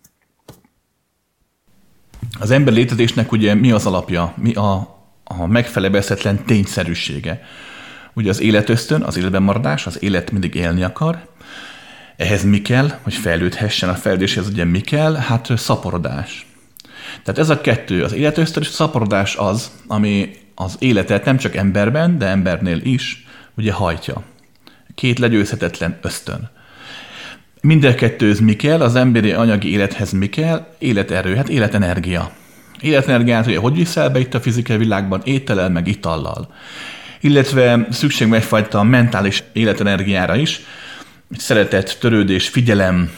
Az ember létezésnek ugye mi az alapja, mi a megfelebezhetetlen tényszerűsége? Ugye az életösztön, az életben maradás, az élet mindig élni akar. Ehhez mi kell, hogy fejlődhessen? A fejlődéshez ugye mi kell? Hát szaporodás. Tehát ez a kettő, az életösztön és a szaporodás az, ami az életet nem csak emberben, de embernél is ugye hajtja. Két legyőzhetetlen ösztön. Minden kettőhöz mi kell, az emberi anyagi élethez mi kell? Életerő, hát életenergia. Életenergiát ugye hogy viszel be itt a fizikai világban? Étellel meg itallal. Illetve szükség van egyfajta mentális életenergiára is. Szeretet, törődés, figyelem,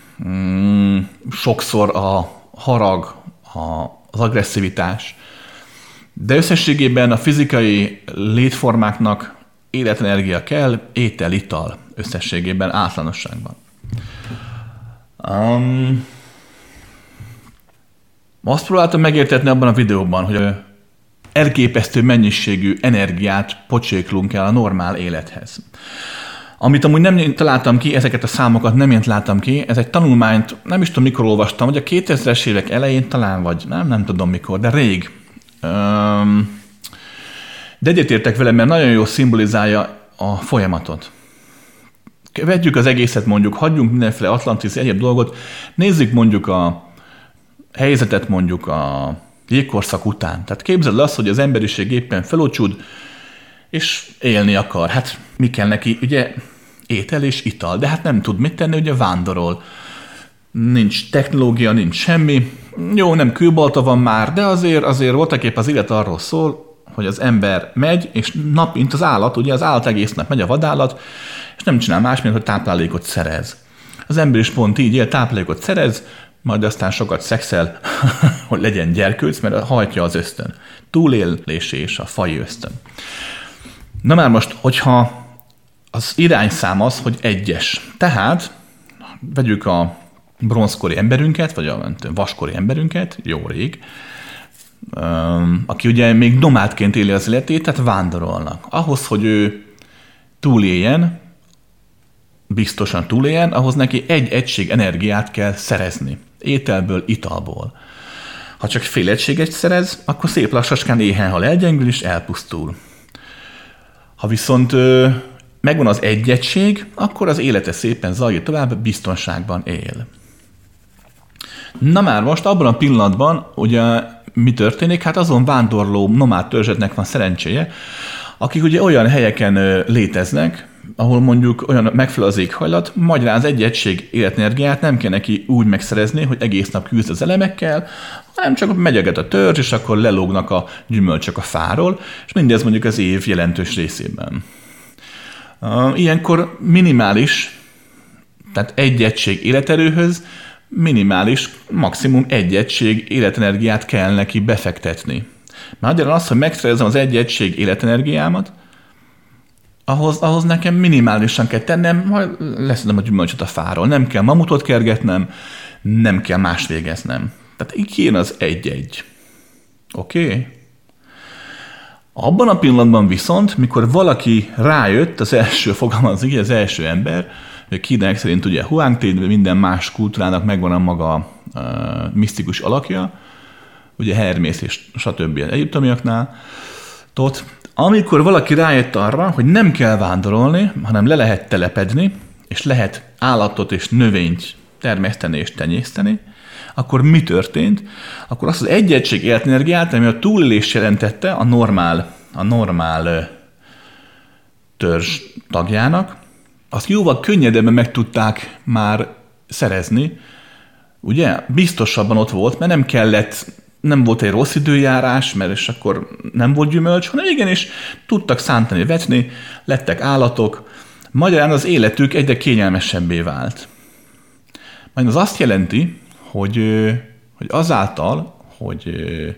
sokszor a harag, az agresszivitás. De összességében a fizikai létformáknak életenergia kell, étel, ital összességében, általánosságban. Azt próbáltam megértetni abban a videóban, hogy elképesztő mennyiségű energiát pocséklunk el a normál élethez. Amit amúgy nem találtam ki, ezeket a számokat nem én találtam ki, ez egy tanulmányt, nem is tudom mikor olvastam, hogy a 2000-es évek elején talán, vagy nem tudom mikor, de rég. De egyetértek velem, mert nagyon jól szimbolizálja a folyamatot. Vegyük az egészet mondjuk, hagyjunk mindenféle Atlantis, egyéb dolgot, nézzük mondjuk a helyzetet mondjuk a jégkorszak után. Tehát képzeld azt, hogy az emberiség éppen felocsúd, és élni akar. Hát mi kell neki? Ugye étel és ital, de hát nem tud mit tenni, ugye vándorol. Nincs technológia, nincs semmi. Jó, nem kőbalta van már, de azért voltaképp az élet arról szól, hogy az ember megy, és nap, mint az állat, ugye az állat egész nap megy a vadállat, és nem csinál más, mint hogy táplálékot szerez. Az ember is pont így él, táplálékot szerez, majd aztán sokat szexel, hogy legyen gyerkőc, mert hajtja az ösztön. Túlélési és a faji ösztön. Na már most, hogyha az irányszám az, hogy 1-es, tehát vegyük a bronzkori emberünket, vagy a vaskori emberünket, jó rég, aki ugye még nomádként éli az életét, tehát vándorolnak. Ahhoz, hogy ő túléljen, biztosan túléljen, ahhoz neki 1 egység energiát kell szerezni. Ételből, italból. Ha csak fél egységet szerez, akkor szép lassacskán éhen hal, elgyengül és elpusztul. Ha viszont megvan az 1 egység, akkor az élete szépen zajlik tovább, biztonságban él. Na már most abban a pillanatban, ugye mi történik? Hát azon vándorló nomád törzsetnek van szerencséje, akik ugye olyan helyeken léteznek, ahol mondjuk olyan megfelelő az éghajlat, magyarán az 1 egység életenergiát nem kell neki úgy megszerezni, hogy egész nap küzd az elemekkel, hanem csak megyeget a törzs, és akkor lelógnak a gyümölcsök a fáról, és mindez mondjuk az év jelentős részében. Ilyenkor minimális, tehát 1 egység életerőhöz minimális, maximum 1 egység életenergiát kell neki befektetni. Magyarán az, hogy megszerezem az 1 egység életenergiámat, ahhoz nekem minimálisan kell tennem, majd leszedem a gyümölcsöt a fáról. Nem kell mamutot kergetnem, nem kell más végeznem. Tehát így kijön az 1-1. Oké? Abban a pillanatban viszont, mikor valaki rájött, az első fogalmaz így, az első ember, hogy Kínák szerint ugye Huangti, minden más kultúrának megvan a maga misztikus alakja, ugye Hermész és stb. Egyiptomiaknál. Amikor valaki rájött arra, hogy nem kell vándorolni, hanem le lehet telepedni, és lehet állatot és növényt termeszteni és tenyészteni, akkor mi történt? Akkor azt az 1 egység életenergiát, ami a túlélés jelentette a normál törzs tagjának, azt jóval könnyedebben meg tudták már szerezni, ugye? Biztosabban ott volt, mert nem volt egy rossz időjárás, mert és akkor nem volt gyümölcs, hanem igenis tudtak szántani, vetni, lettek állatok, magyarán az életük egyre kényelmesebbé vált. Majd az azt jelenti, hogy azáltal, hogy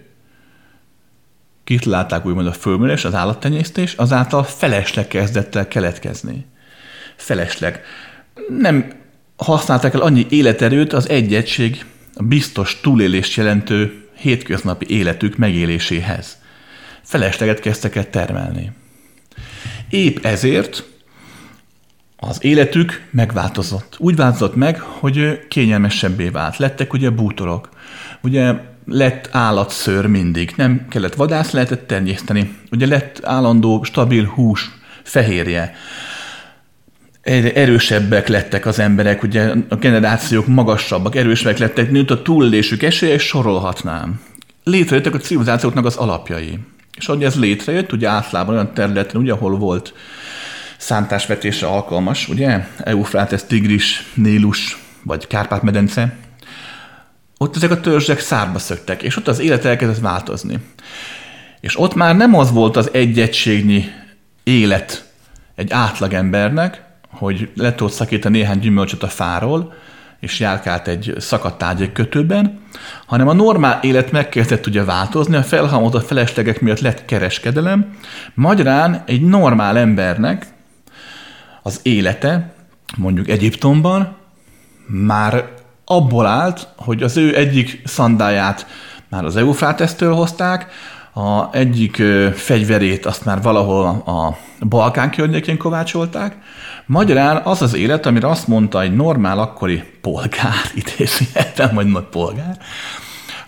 kitalálták úgymond a földművelés, az állattenyésztés, azáltal felesleg kezdett el keletkezni. Felesleg. Nem használták el annyi életerőt az 1 egység a biztos túlélést jelentő hétköznapi életük megéléséhez. Felesleget kezdtek el termelni. Épp ezért az életük megváltozott. Úgy változott meg, hogy kényelmesebbé vált. Lettek ugye bútorok. Ugye lett állatszőr mindig. Nem kellett vadász, lehetett tenyészteni. Ugye lett állandó, stabil hús, fehérje. Erősebbek lettek az emberek, ugye a generációk magasabbak, erősebbek lettek, nőtt a túlélésük esélye, és sorolhatnám. Létrejöttek a civilizációknak az alapjai. És ahogy ez létrejött, ugye általában olyan területen, ugye, ahol volt szántásvetésre alkalmas, ugye, Eufrátesz, Tigris, Nílus, vagy Kárpát-medence, ott ezek a törzsek szárba szöktek, és ott az élet elkezdett változni. És ott már nem az volt az 1 egységnyi élet egy átlagembernek, hogy le tudott szakítani néhány gyümölcsöt a fáról, és járkált egy szakadt tárgy kötőben, hanem a normál élet megkezdett ugye változni, a felhalmozott feleslegek miatt lett kereskedelem, magyarán egy normál embernek az élete, mondjuk Egyiptomban, már abból állt, hogy az ő egyik szandáját már az Eufrátesztől hozták, a egyik fegyverét azt már valahol a Balkán környékén kovácsolták. Magyarán az az élet, amire azt mondta egy normál akkori polgár, idézőjelben, majd polgár,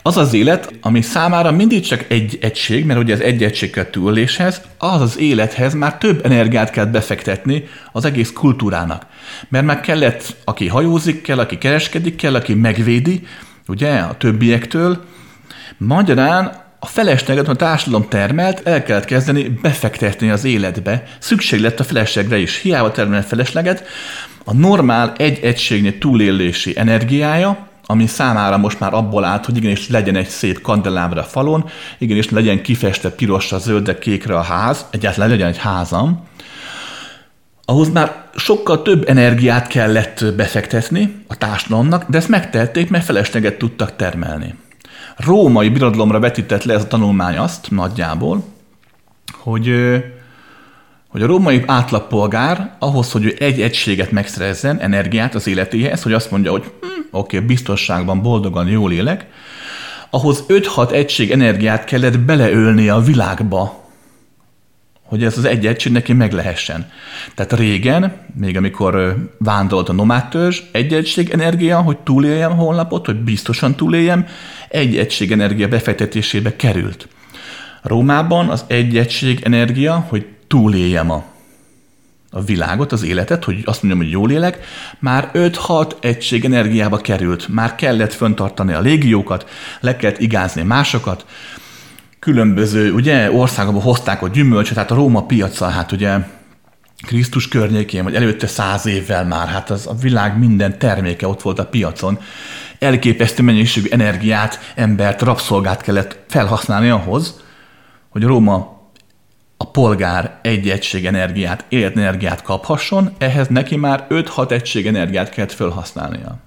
Az az élet, ami számára mindig csak egy egység, mert ugye az egy egység kell túléléshez, az az élethez már több energiát kell befektetni az egész kultúrának. Mert már kellett, aki hajózik kell, aki kereskedik kell, aki megvédi, ugye, a többiektől. Magyarán a felesleget, a társadalom termelt, el kellett kezdeni befektetni az életbe. Szükség lett a feleslegre is. Hiába termel felesleget, a normál egy egységnél túlélési energiája, ami számára most már abból állt, hogy igenis legyen egy szép kandelábra a falon, igenis legyen kifestve pirosra, zöldre, kékre a ház, egyáltalán legyen egy házam, ahhoz már sokkal több energiát kellett befektetni a társadalomnak, de ezt megtették, mert felesleget tudtak termelni. Római birodalomra vetített le ez a tanulmány azt nagyjából, hogy a római átlagpolgár ahhoz, hogy ő egy egységet megszerezzen, energiát az életéhez, hogy azt mondja, hogy oké, biztonságban, boldogan, jól élek, ahhoz 5-6 egység energiát kellett beleölnie a világba, hogy ez az egy egység neki meg lehessen. Tehát régen, még amikor vándorolt a nomád törzs, egy egység energia, hogy túléljem a honlapot, hogy biztosan túléljem, egy egység energia befektetésébe került. Rómában az egy egység energia, hogy túléljem a világot, az életet, hogy azt mondjam, hogy jól élek, már 5-6 egység energiába került. Már kellett fenntartani a légiókat, le kellett igázni másokat, különböző ugye, országokba hozták a gyümölcsöt, tehát a Róma piaca, hát ugye Krisztus környékén, vagy előtte 100 évvel már, hát az a világ minden terméke ott volt a piacon. Elképesztő mennyiségű energiát, embert, rabszolgát kellett felhasználni ahhoz, hogy Róma a polgár egy egység energiát, életenergiát kaphasson, ehhez neki már 5-6 egység energiát kellett felhasználnia.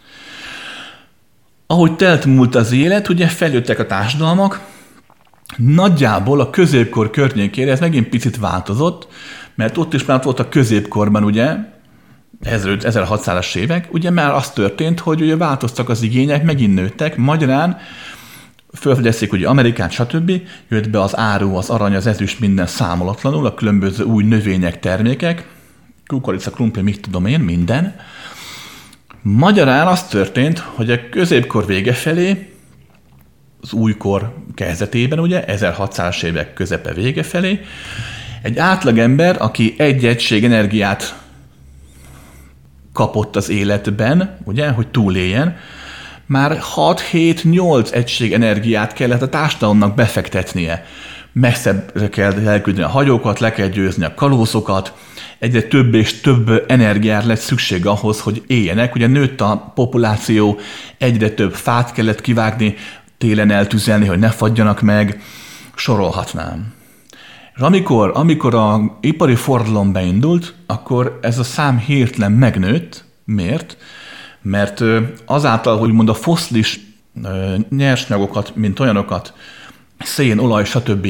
Ahogy telt múlt az élet, ugye fejlődtek a társadalmak, nagyjából a középkor környékére ez megint picit változott, mert ott is már volt a középkorban, ugye, 1600-as évek, ugye már az történt, hogy ugye változtak az igények, megint nőttek, magyarán felfedezték, hogy Amerikát, stb. Jött be az áru, az arany, az ezüst, minden számolatlanul, a különböző új növények, termékek, kukorica, krumpli, mit tudom én, minden. Magyarán az történt, hogy a középkor vége felé, az újkor kezdetében, ugye, 1600-as évek közepe vége felé, egy átlagember, aki egy egység energiát kapott az életben, ugye, hogy túléljen, már 6-7-8 egység energiát kellett a társadalomnak befektetnie. Messzebbre kell elküldeni a hajókat, le kell győzni a kalózokat, egyre több és több energiára lett szükség ahhoz, hogy éljenek. Ugye nőtt a populáció, egyre több fát kellett kivágni, télen eltüzelni, hogy ne fagyjanak meg, sorolhatnám. És amikor az ipari forradalom beindult, akkor ez a szám hirtelen megnőtt. Miért? Mert azáltal, hogy mond a fosszilis nyersanyagokat, mint olyanokat, szén, olaj, stb.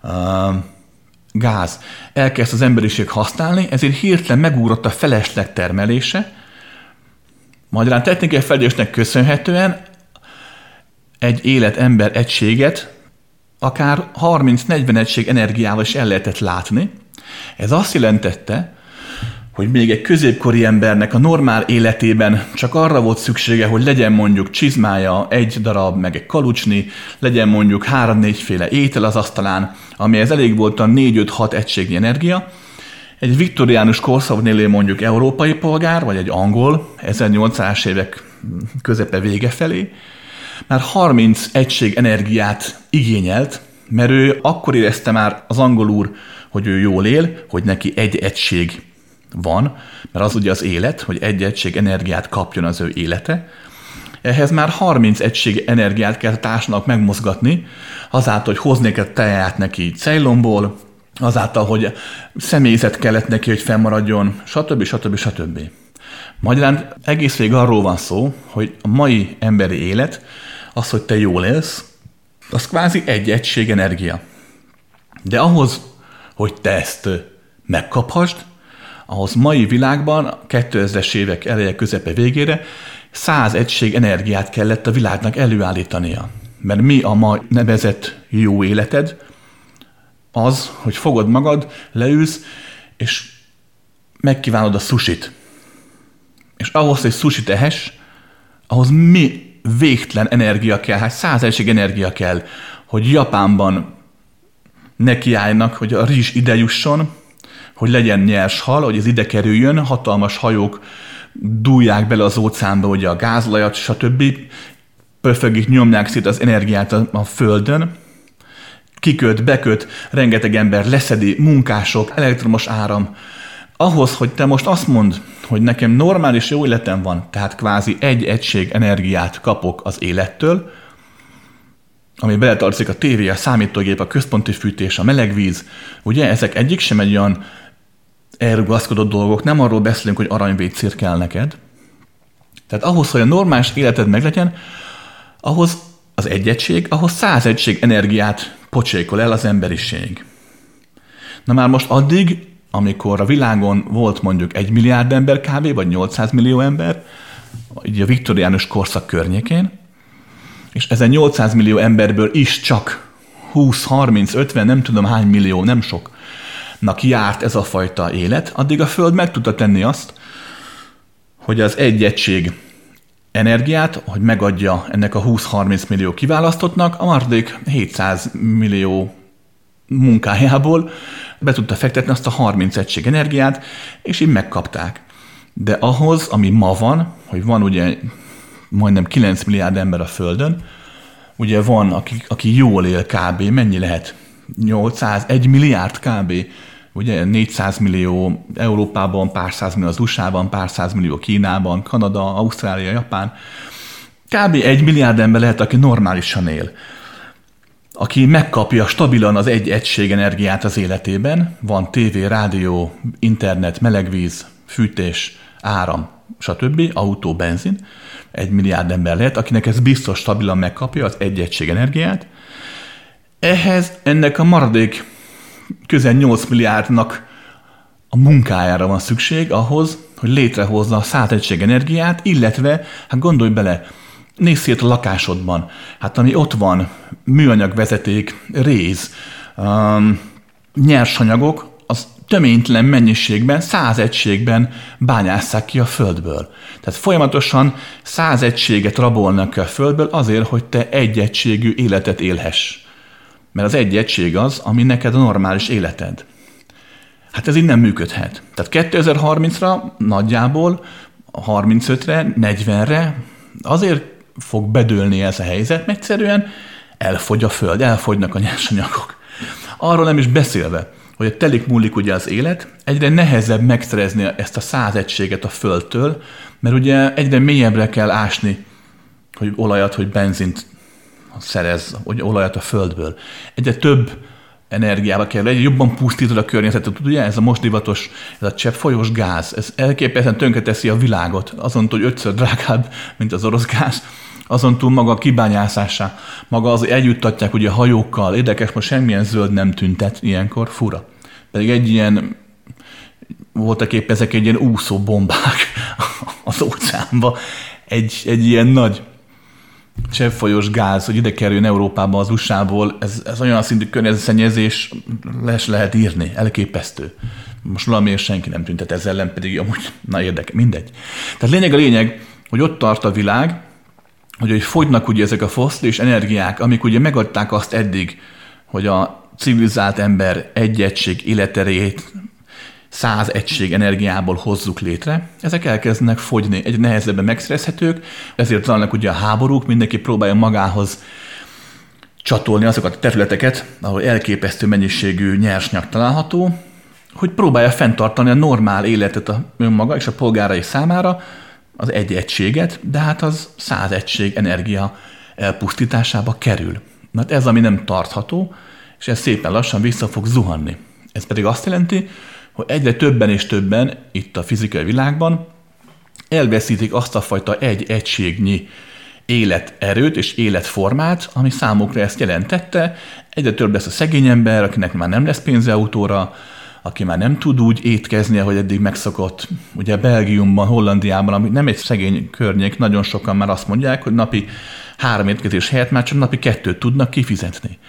Gáz elkezd az emberiség használni, ezért hirtelen megugrott a felesleg termelése. Magyarán technikai fejlődésnek köszönhetően egy életember egységet akár 30-40 egység energiával is el lehetett látni. Ez azt jelentette, hogy még egy középkori embernek a normál életében csak arra volt szüksége, hogy legyen mondjuk csizmája, egy darab, meg egy kalucsni, legyen mondjuk 3-4 féle étel az asztalán, amihez elég volt a 4-5-6 egységnyi energia. Egy viktoriánus korszakban élő mondjuk európai polgár, vagy egy angol, 1800-as évek közepe vége felé, már 30 egység energiát igényelt, mert ő akkor érezte már az angol úr, hogy ő jól él, hogy neki egy egység van, mert az ugye az élet, hogy egy egység energiát kapjon az ő élete. Ehhez már 30 egység energiát kell a társadalomnak megmozgatni, azáltal, hogy hoznék a teját neki Ceylonból, azáltal, hogy személyzet kellett neki, hogy fennmaradjon, stb. Magyarán egész végig arról van szó, hogy a mai emberi élet, az, hogy te jól élsz, az kvázi egy egység energia. De ahhoz, hogy te ezt megkaphasd, ahhoz mai világban 2000-es évek eleje, közepe, végére 100 egység energiát kellett a világnak előállítania. Mert mi a ma nevezett jó életed? Az, hogy fogod magad, leülsz, és megkívánod a sushit. És ahhoz, hogy sushit ehess, ahhoz mi végtelen energia kell, hát 100 egység energia kell, hogy Japánban nekiállnak, hogy a rizs ide jusson, hogy legyen nyers hal, hogy ez ide kerüljön, hatalmas hajók dúlják bele az óceánba ugye a gázolajat, stb. Pöfögik, nyomják szét az energiát a földön, kiköt, beköt, rengeteg ember leszedi, munkások, elektromos áram. Ahhoz, hogy te most azt mondd, hogy nekem normális jó életem van, tehát kvázi egy egység energiát kapok az élettől, ami beletartozik a tévé, a számítógép, a központi fűtés, a melegvíz, ugye ezek egyik sem egy olyan elrugaszkodott dolgok, nem arról beszélünk, hogy aranyvécér kell neked. Tehát ahhoz, hogy a normális életed meglegyen, ahhoz az egy egység, ahhoz 100 egység energiát pocsékol el az emberiség. Na már most addig, amikor a világon volt mondjuk 1 milliárd ember kb. Vagy 800 millió ember, így a viktoriánus korszak környékén, és ezen 800 millió emberből is csak 20, 30, 50, nem tudom hány millió, nem soknak járt ez a fajta élet, addig a Föld meg tudta tenni azt, hogy az egy egység energiát, hogy megadja ennek a 20-30 millió kiválasztottnak, a maradék 700 millió munkájából be tudta fektetni azt a 30 egység energiát, és így megkapták. De ahhoz, ami ma van, hogy van ugye majdnem 9 milliárd ember a Földön, ugye van, aki jól él kb. Mennyi lehet? 800, 1 milliárd kb. Ugye 400 millió Európában, pár százmillió az USA-ban, pár százmillió Kínában, Kanada, Ausztrália, Japán. Kb. 1 milliárd ember lehet, aki normálisan él. Aki megkapja stabilan az egy egység energiát az életében, van tévé, rádió, internet, melegvíz, fűtés, áram, stb., autó, benzin, 1 milliárd ember lehet, akinek ez biztos stabilan megkapja az egy egység energiát. Ehhez ennek a maradék közel 8 milliárdnak a munkájára van szükség ahhoz, hogy létrehozza a 100 egység energiát, illetve, hát gondolj bele, nézz szét a lakásodban, hát ami ott van, műanyag vezeték, réz, nyersanyagok, az töménytelen mennyiségben, 100 egységben bányásszák ki a földből. Tehát folyamatosan 100 egységet rabolnak a földből azért, hogy te egy egységű életet élhess. Mert az egy egység az, ami neked a normális életed. Hát ez így nem működhet. Tehát 2030-ra nagyjából, 35-re, 40-re azért fog bedőlni ez a helyzet, mert egyszerűen elfogy a föld, elfogynak a nyersanyagok. Arról nem is beszélve, hogy telik múlik ugye az élet, egyre nehezebb megszerezni ezt a 100 egységet a földtől, mert ugye egyre mélyebbre kell ásni, hogy olajat, hogy benzint szerez, hogy olajat a földből. Egyre több energiába kell, egyre jobban pusztítod a környezetet. Ugye ez a most divatos, ez a cseppfolyós gáz, ez elképesztően tönkreteszi a világot, azon túl, hogy 5-ször drágább, mint az orosz gáz, azon túl maga a kibányászása, maga az eljuttatják ugye hajókkal, érdekes, most semmilyen zöld nem tüntet ilyenkor, fura. Pedig egy ilyen, voltak épp ezek egy ilyen úszó bombák az óceánba, egy ilyen nagy cseppfolyós gáz, hogy ide kerüljön Európába az USA-ból, ez olyan szintű környezetszennyezés, lehet írni, elképesztő. Most valamiért senki nem tüntet ezzel ellen, pedig amúgy, na érdekes, mindegy. Tehát lényeg, hogy ott tart a világ, hogy fogynak ugye ezek a fosszilis energiák, amik ugye megadták azt eddig, hogy a civilizált ember egy egység életerejét 100 egység energiából hozzuk létre, ezek elkezdenek fogyni, egy nehezebben megszerezhetők, ezért vannak ugye a háborúk, mindenki próbálja magához csatolni azokat a területeket, ahol elképesztő mennyiségű nyersanyag található, hogy próbálja fenntartani a normál életet a önmaga és a polgárai számára, az egy egységet, de hát az 100 egység energia elpusztításába kerül. Mert ez, ami nem tartható, és ez szépen lassan vissza fog zuhanni. Ez pedig azt jelenti, hogy egyre többen és többen itt a fizikai világban elveszítik azt a fajta egy egységnyi életerőt és életformát, ami számukra ezt jelentette. Egyre több lesz a szegény ember, akinek már nem lesz pénze autóra, aki már nem tud úgy étkezni, ahogy eddig megszokott. Ugye Belgiumban, Hollandiában, ami nem egy szegény környék, nagyon sokan már azt mondják, hogy napi 3 étkezés helyett már csak napi 2 tudnak kifizetni.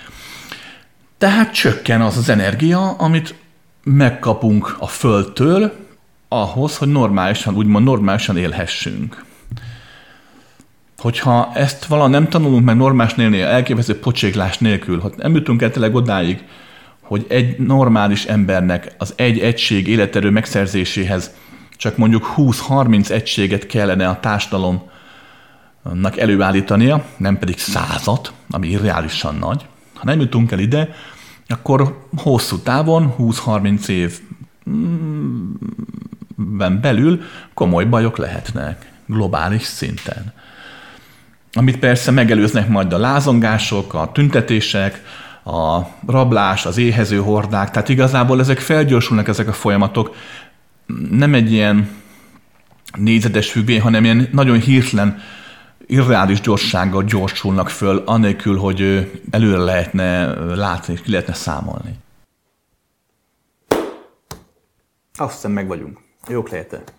Tehát csökken az az energia, amit megkapunk a Földtől ahhoz, hogy normálisan élhessünk. Hogyha ezt valahogy nem tanulunk meg normás nélnél, elképesztő pocséklás nélkül, hogy nem jutunk el tényleg odáig, hogy egy normális embernek az egy egység életerő megszerzéséhez csak mondjuk 20-30 egységet kellene a társadalomnak előállítania, nem pedig 100-at, ami irreálisan nagy. Ha nem jutunk el ide, akkor hosszú távon, 20-30 évben belül komoly bajok lehetnek globális szinten. Amit persze megelőznek majd a lázongások, a tüntetések, a rablás, az éhező hordák, tehát igazából ezek felgyorsulnak, ezek a folyamatok, nem egy ilyen négyzetes függvény, hanem ilyen nagyon hirtelen, irreális gyorsággal gyorsulnak föl, anélkül, hogy előre lehetne látni, ki lehetne számolni. Azt hiszem meg vagyunk. Jók lehetek.